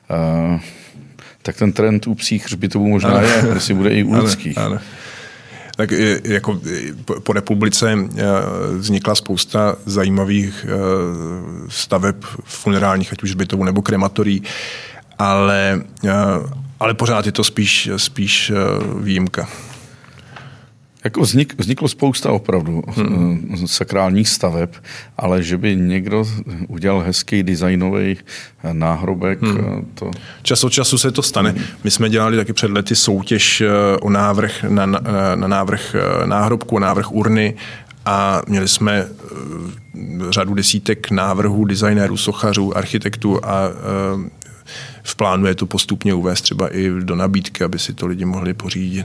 tak ten trend u psích hřbitovů možná ano. je, jestli bude i u lidských. Ano, ano. Tak jako po republice vznikla spousta zajímavých staveb funerálních, ať už hřbitovů nebo krematorií, ale, ale pořád je to spíš, spíš výjimka. Jako vznik, vzniklo spousta opravdu hmm. sakrálních staveb, ale že by někdo udělal hezký designový náhrobek, hmm. to... Čas od času se to stane. My jsme dělali taky před lety soutěž o návrh na, na, na návrh náhrobku, návrh urny a měli jsme řadu desítek návrhů designérů, sochařů, architektů a v plánu je to postupně uvést třeba i do nabídky, aby si to lidi mohli pořídit.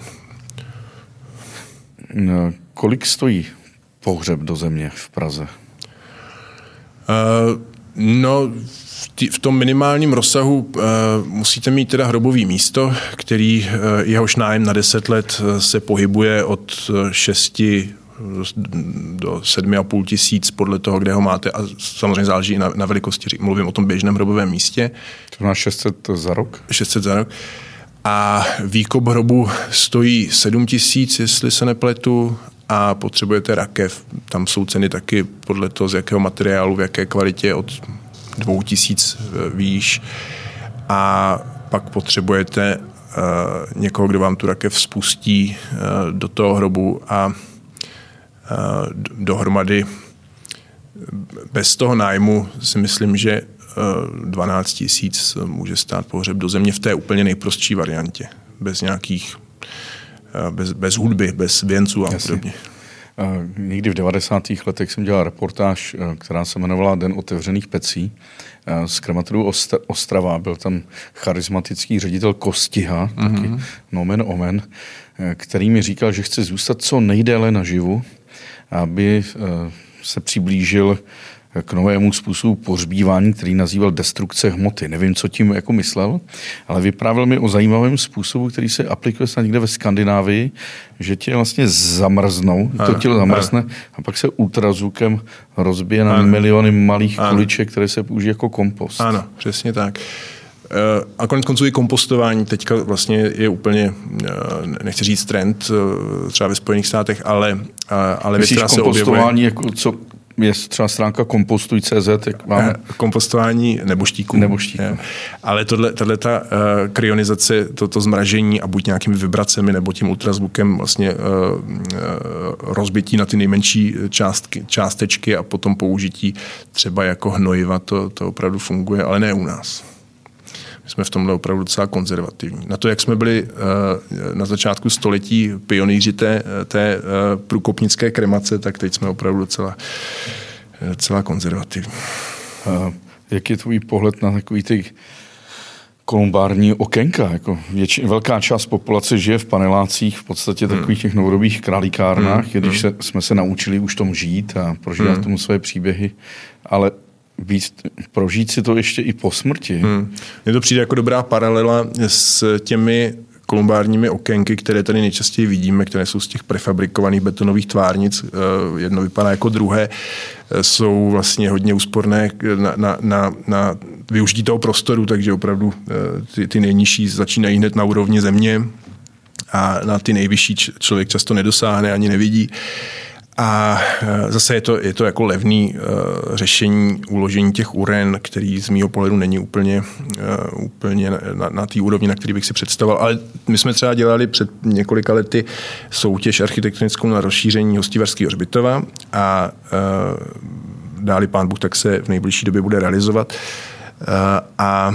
No, kolik stojí pohřeb do země v Praze? Uh, no, v, tý, v tom minimálním rozsahu uh, musíte mít teda hrobový místo, který uh, jehož nájem na deset let se pohybuje od šesti do sedmi a půl tisíc podle toho, kde ho máte a samozřejmě záleží i na, na velikosti. Mluvím o tom běžném hrobovém místě. To má šest set za rok? šest set za rok. A výkop hrobu stojí sedm tisíc, jestli se nepletu, a potřebujete rakev. Tam jsou ceny taky podle toho, z jakého materiálu, v jaké kvalitě, od dvou tisíc výš. A pak potřebujete uh, někoho, kdo vám tu rakev spustí uh, do toho hrobu a uh, dohromady bez toho nájmu si myslím, že dvanáct tisíc může stát pohřeb do země v té úplně nejprostší variantě. Bez nějakých, bez, bez hudby, bez věnců a podobně. Někdy v devadesátých letech jsem dělal reportáž, která se jmenovala Den otevřených pecí z krematoriu Ostrava. Byl tam charismatický ředitel Kostiha, mm-hmm. taky nomen omen, který mi říkal, že chce zůstat co nejdéle naživu, aby se přiblížil k novému způsobu pohřbívání, který nazýval destrukce hmoty. Nevím, co tím jako myslel, ale vyprávěl mi o zajímavém způsobu, který se aplikuje snad někde ve Skandinávii, že tě vlastně zamrznou, ano, to tělo zamrzne ano. a pak se ultrazvukem rozbije na ano. miliony malých ano. kuliček, které se použijí jako kompost. Ano, přesně tak. A konec konců i kompostování teďka vlastně je úplně, nechci říct trend, třeba ve Spojených státech, ale, ale věc, která se objevuje. Kompostování jako co... Je třeba stránka kompostuj tečka cé zet, jak máme... Kompostování neboštíků. Neboštíků. Ale tohle, tohle ta uh, kryonizace, toto zmražení a buď nějakými vibracemi nebo tím ultrazvukem vlastně uh, uh, rozbití na ty nejmenší částky, částečky a potom použití třeba jako hnojiva, to, to opravdu funguje, ale ne u nás. My jsme v tomhle opravdu docela konzervativní. Na to, jak jsme byli uh, na začátku století pionýři té, té uh, průkopnické kremace, tak teď jsme opravdu docela, docela konzervativní. Uh, jak je tvůj pohled na takový ty kolumbární okénka? Jako větši, velká část populace žije v panelácích, v podstatě takových těch novodobých králíkárnách, hmm. když se, jsme se naučili už tom žít a prožívat hmm. tomu své příběhy, ale víc, prožít si to ještě i po smrti. Hmm. Mně to přijde jako dobrá paralela s těmi kolumbárními okénky, které tady nejčastěji vidíme, které jsou z těch prefabrikovaných betonových tvárnic. Jedno vypadá jako druhé. Jsou vlastně hodně úsporné na, na, na, na využití toho prostoru, takže opravdu ty, ty nejnižší začínají hned na úrovni země a na ty nejvyšší člověk často nedosáhne ani nevidí. A zase je to, je to jako levný uh, řešení uložení těch uren, který z mýho pohledu není úplně, uh, úplně na, na té úrovni, na který bych si představoval. Ale my jsme třeba dělali před několika lety soutěž architektonickou na rozšíření Hostivařského hřbitova a uh, dáli pán Bůh, tak se v nejbližší době bude realizovat. Uh, a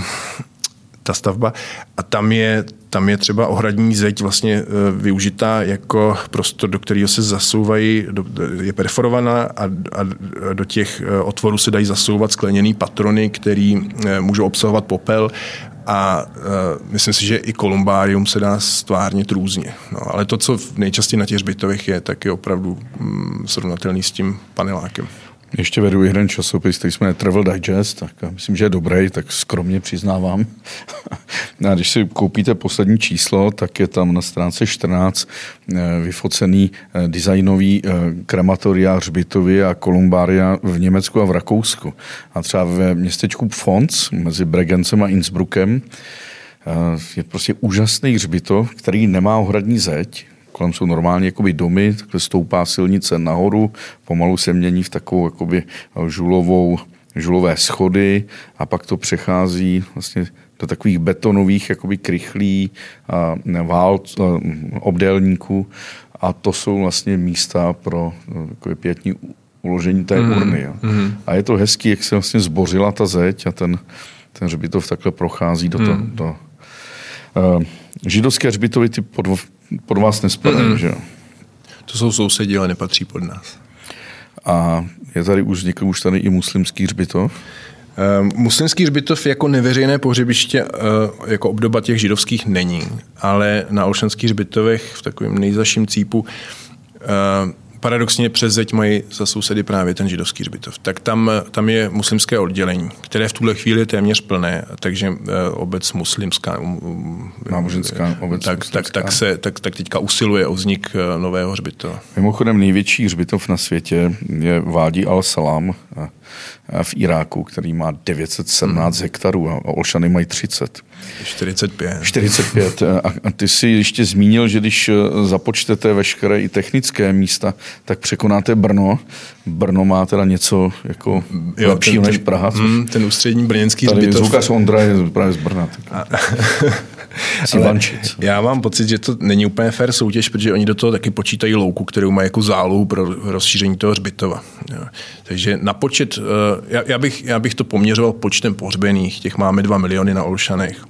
ta stavba. A tam je, tam je třeba ohradní zeď vlastně využitá jako prostor, do kterého se zasouvají, do, je perforovaná a, a do těch otvorů se dají zasouvat skleněný patrony, které můžou obsahovat popel a uh, myslím si, že i kolumbárium se dá stvárnit různě. No, ale to, co nejčastěji na těch hřbitovech je, tak je opravdu mm, srovnatelný s tím panelákem. Ještě vedu i jeden časopis, který jsme Travel Digest, tak myslím, že je dobrý, tak skromně přiznávám. A když si koupíte poslední číslo, tak je tam na stránce čtrnáct vyfocený designový krematoria, hřbitovy a kolumbária v Německu a v Rakousku. A třeba ve městečku Pfons mezi Bregencem a Innsbruckem je prostě úžasný hřbitov, který nemá ohradní zeď. Kolem jsou normálně jakoby domy, takhle stoupá silnice nahoru, pomalu se mění v takovou jakoby žulovou, žulové schody a pak to přechází vlastně do takových betonových jakoby krychlí a vál, obdélníků a to jsou vlastně místa pro takové pětní uložení té mm. urny. Mm. A je to hezký, jak se vlastně zbořila ta zeď a ten, ten hřbitov takhle prochází do toho. Mm. Do, uh, židovské hřbitovy ty pod, pod vás nespadají, mm. že jo? To jsou sousedi, ale nepatří pod nás. A je tady už vznikl už tady i muslimský hřbitov? Uh, muslimský hřbitov jako neveřejné pohřebiště, uh, jako obdoba těch židovských není, ale na olšanských hřbitovech v takovém nejzaším cípu uh, paradoxně přes zeď mají za sousedy právě ten židovský hřbitov. Tak tam, tam je muslimské oddělení, které v tuhle chvíli je téměř plné, takže uh, obec muslimská, um, náboženská obec tak, muslimská. Tak, tak, se, tak, tak teďka usiluje o vznik uh, nového hřbitova. Mimochodem největší hřbitov na světě je Vádí al-Salam v Iráku, který má devět set sedmnáct hmm. hektarů a Olšany mají třicet. čtyřicet pět. čtyřicet pět. A ty si ještě zmínil, že když započtete veškeré i technické místa, tak překonáte Brno. Brno má teda něco jako jo, lepšího než Praha. Mm, ten ústřední brněnský hřbitov. Tady zvukař Ondra je právě z Brna. Já mám pocit, že to není úplně fair soutěž, protože oni do toho taky počítají louku, kterou mají jako zálohu pro rozšíření toho hřbitova. Jo. Takže na počet, já, já, bych, já bych to poměřoval počtem pohřbených, těch máme dva miliony na Olšanech.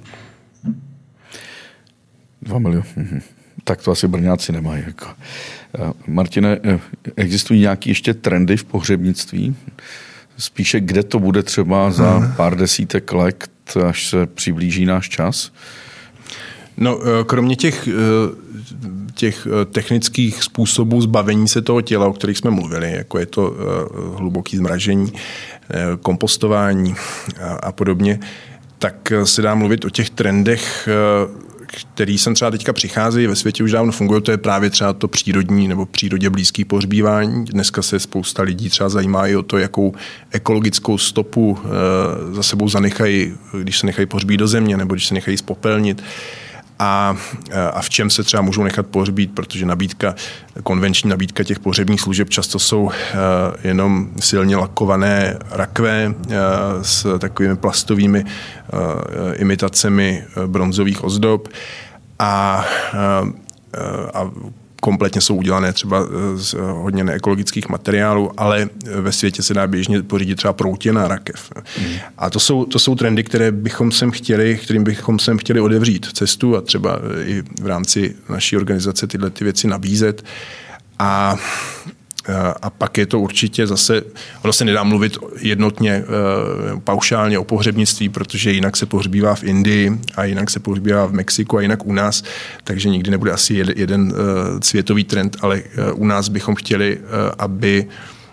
Dva miliony. Mhm. Tak to asi Brňáci nemají. Jako. Martine, existují nějaké ještě trendy v pohřebnictví? Spíše kde to bude třeba za hmm. pár desítek let, až se přiblíží náš čas? No, kromě těch, těch technických způsobů zbavení se toho těla, o kterých jsme mluvili, jako je to hluboké zmražení, kompostování a podobně, tak se dá mluvit o těch trendech, který sem třeba teďka přicházejí, ve světě už dávno fungují, to je právě třeba to přírodní nebo přírodě blízký pohřbívání. Dneska se spousta lidí třeba zajímá i o to, jakou ekologickou stopu za sebou zanechají, když se nechají pohřbít do země nebo když se nechají spopelnit. A, a v čem se třeba můžou nechat pohřbít, protože nabídka, konvenční nabídka těch pohřebních služeb často jsou uh, jenom silně lakované rakve uh, s takovými plastovými uh, imitacemi bronzových ozdob a, uh, a kompletně jsou udělané třeba z hodně neekologických materiálů, ale ve světě se dá běžně pořídit třeba proutěná rakev. Mm. A to jsou, to jsou trendy, které bychom sem chtěli, kterým bychom sem chtěli odevřít cestu a třeba i v rámci naší organizace tyhle ty věci nabízet. A A pak je to určitě zase, ono se nedá mluvit jednotně, paušálně o pohřebnictví, protože jinak se pohřbívá v Indii a jinak se pohřbívá v Mexiku a jinak u nás, takže nikdy nebude asi jeden světový trend, ale u nás bychom chtěli, aby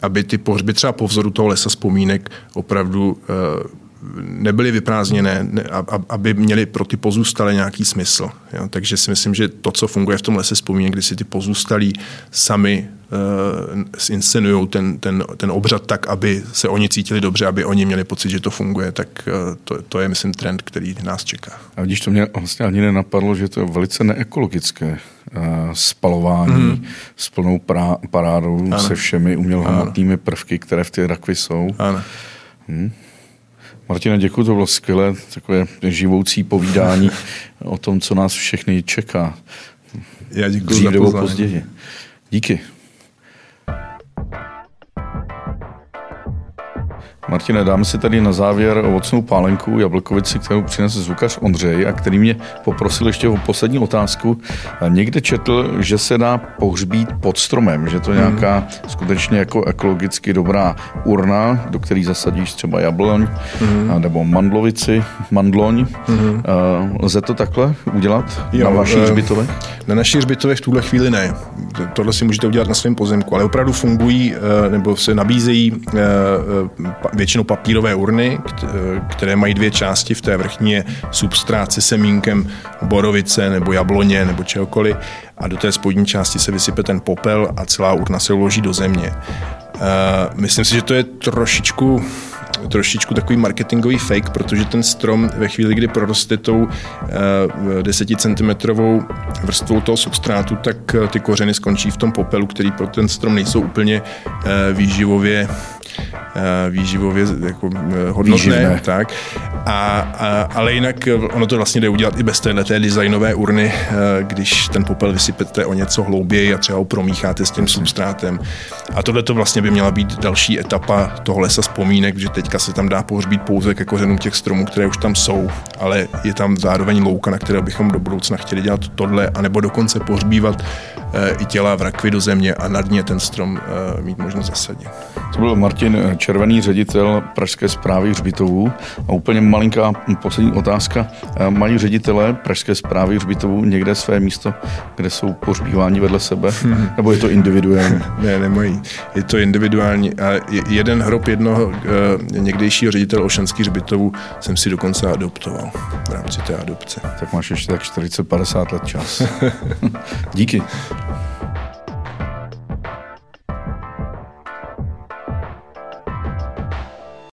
aby ty pohřby třeba po vzoru toho lesa vzpomínek opravdu nebyly vyprázdněné, aby měly pro ty pozůstalé nějaký smysl. Jo? Takže si myslím, že to, co funguje v tom lese vzpomínek, kdy si ty pozůstalí sami uh, zinscenují ten, ten, ten obřad tak, aby se oni cítili dobře, aby oni měli pocit, že to funguje, tak uh, to, to je, myslím, trend, který nás čeká. A vidíš, to mě vlastně ani nenapadlo, že to je velice neekologické uh, spalování mm. s plnou prá, parádou, ano. se všemi umělohmotnými prvky, které v té rakvi jsou. Ano. Hmm. Martine, děkuji, to bylo skvělé, takové živoucí povídání o tom, co nás všechny čeká. Já děkuji za pozvání. Později. Díky. Martine, dáme si tady na závěr ovocnou pálenku jablkovici, kterou přinesl zvukař Ondřej a který mě poprosil ještě o poslední otázku. Někde četl, že se dá pohřbít pod stromem, že to je nějaká mm. skutečně jako ekologicky dobrá urna, do které zasadíš třeba jabloň mm. nebo mandlovici, mandloň. Mm. Lze to takhle udělat jo, na vašich hřbitovech? Na našich hřbitovech v tuhle chvíli ne. Tohle si můžete udělat na svém pozemku, ale opravdu fungují nebo se nabízejí většinou papírové urny, které mají dvě části. V té vrchní je substrát se semínkem borovice nebo jabloně nebo čehokoliv a do té spodní části se vysype ten popel a celá urna se uloží do země. Myslím si, že to je trošičku trošičku takový marketingový fake, protože ten strom ve chvíli, kdy proroste tou deseticentimetrovou vrstvou toho substrátu, tak ty kořeny skončí v tom popelu, který pro ten strom nejsou úplně výživově výživově jako hodnotné. Tak. A, a, ale jinak ono to vlastně jde udělat i bez téhleté designové urny, když ten popel vysypete o něco hlouběji a třeba ho promícháte s tím substrátem. A tohle to vlastně by měla být další etapa toho lesa vzpomínek, že teďka se tam dá pohřbít pouze ke kořenům těch stromů, které už tam jsou, ale je tam zároveň louka, na které bychom do budoucna chtěli dělat tohle, anebo dokonce pohřbívat i těla v rakvi do země a nad ně ten strom mít možnost zasadit. To byl Martin Červený, ředitel Pražské správy hřbitovů. A úplně malinká poslední otázka. Mají ředitelé Pražské správy hřbitovů někde své místo, kde jsou pohřbíváni vedle sebe? Hmm. Nebo je to individuální? Ne, nemají. Je to individuální. A jeden hrob jednoho někdejšího ředitele Olšanských hřbitovů jsem si dokonce adoptoval v rámci té adopce. Tak máš ještě tak čtyřicet padesát let čas. Díky.